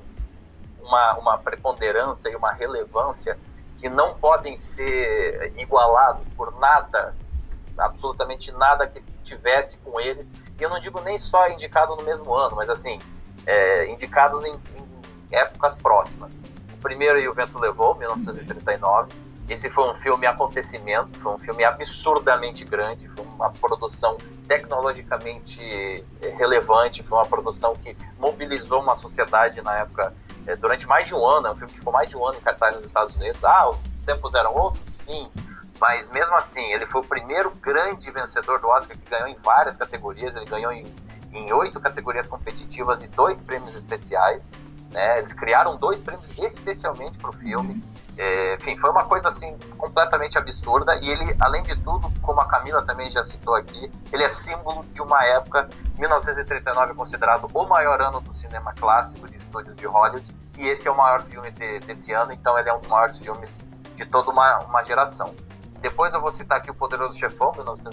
uma preponderância e uma relevância que não podem ser igualados por nada, absolutamente nada que tivesse com eles. E eu não digo nem só indicado no mesmo ano, mas assim, indicados em épocas próximas. Primeiro, E o Vento Levou, 1939. Esse foi um filme acontecimento, foi um filme absurdamente grande, foi uma produção tecnologicamente relevante, foi uma produção que mobilizou uma sociedade na época, durante mais de um ano. É um filme que ficou mais de um ano em cartaz nos Estados Unidos. Os tempos eram outros? Sim, mas mesmo assim, ele foi o primeiro grande vencedor do Oscar, que ganhou em várias categorias. Ele ganhou em 8 categorias competitivas e 2 prêmios especiais. Eles criaram 2 prêmios especialmente para o filme. Enfim, foi uma coisa assim completamente absurda. E ele, além de tudo, como a Camila também já citou aqui, ele é símbolo de uma época. 1939 é considerado o maior ano do cinema clássico de estúdios de Hollywood, e esse é o maior filme desse ano. Então ele é um dos maiores filmes de toda uma geração. Depois eu vou citar aqui O Poderoso Chefão,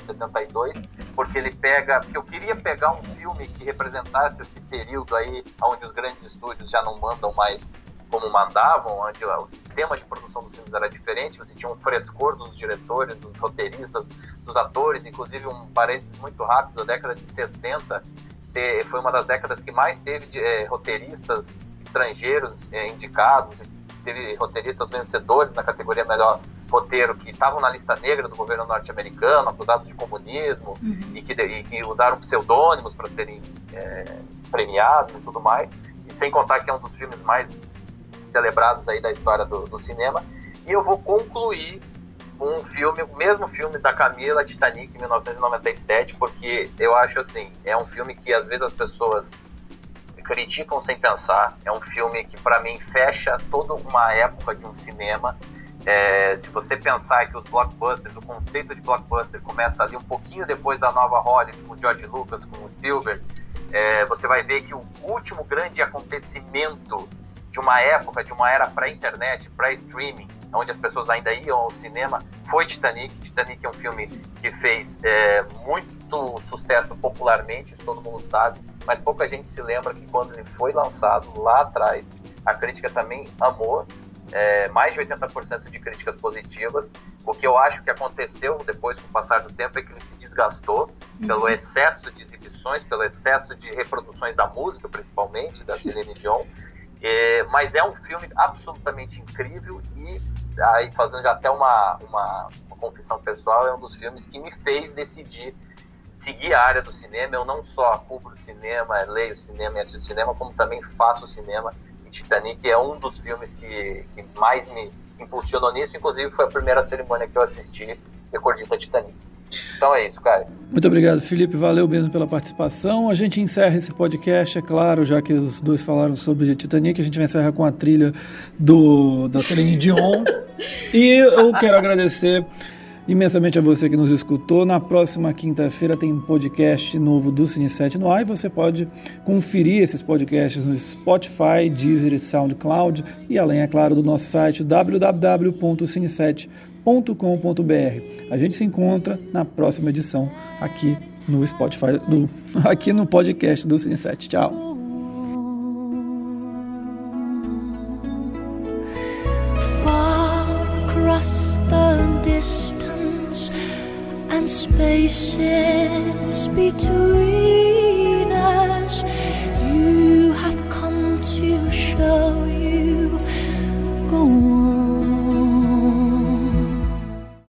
1972, porque eu queria pegar um filme que representasse esse período aí, onde os grandes estúdios já não mandam mais como mandavam, onde o sistema de produção dos filmes era diferente. Você tinha um frescor dos diretores, dos roteiristas, dos atores. Inclusive, um parênteses muito rápido, a década de 60 foi uma das décadas que mais teve roteiristas estrangeiros indicados. Teve roteiristas vencedores na categoria Melhor Roteiro que estavam na lista negra do governo norte-americano, acusados de comunismo, e que usaram pseudônimos para serem premiados e tudo mais. E sem contar que é um dos filmes mais celebrados aí da história do cinema. E eu vou concluir com o mesmo filme da Camila, Titanic, 1997, porque eu acho assim, é um filme que às vezes as pessoas criticam sem pensar. É um filme que para mim fecha toda uma época de um cinema. Se você pensar que os blockbusters, o conceito de blockbuster começa ali um pouquinho depois da nova Hollywood, com o George Lucas, com o Spielberg, você vai ver que o último grande acontecimento de uma época, de uma era pré-internet, pré-streaming, onde as pessoas ainda iam ao cinema, foi Titanic. Titanic é um filme que fez muito sucesso popularmente, isso todo mundo sabe, mas pouca gente se lembra que quando ele foi lançado lá atrás, a crítica também amou, mais de 80% de críticas positivas. O que eu acho que aconteceu depois, com o passar do tempo, é que ele se desgastou pelo excesso de exibições, pelo excesso de reproduções da música, principalmente, da Celine Dion. Mas é um filme absolutamente incrível e, aí fazendo até uma confissão pessoal, é um dos filmes que me fez decidir seguir a área do cinema. Eu não só cubro cinema, leio cinema e assisto cinema, como também faço cinema. E Titanic é um dos filmes que mais me impulsionou nisso. Inclusive, foi a primeira cerimônia que eu assisti, recordista Titanic. Então é isso, cara. Muito obrigado, Felipe. Valeu mesmo pela participação. A gente encerra esse podcast, é claro, já que os dois falaram sobre Titanic, a gente vai encerrar com a trilha da Celine Dion. E eu quero agradecer imensamente a você que nos escutou. Na próxima quinta-feira tem um podcast novo do Cine7 no ar e você pode conferir esses podcasts no Spotify, Deezer e SoundCloud e além, é claro, do nosso site www.cine7.com.br. A gente se encontra na próxima edição aqui no Spotify, aqui no podcast do Cine7. Tchau! And spaces between us, you have come to show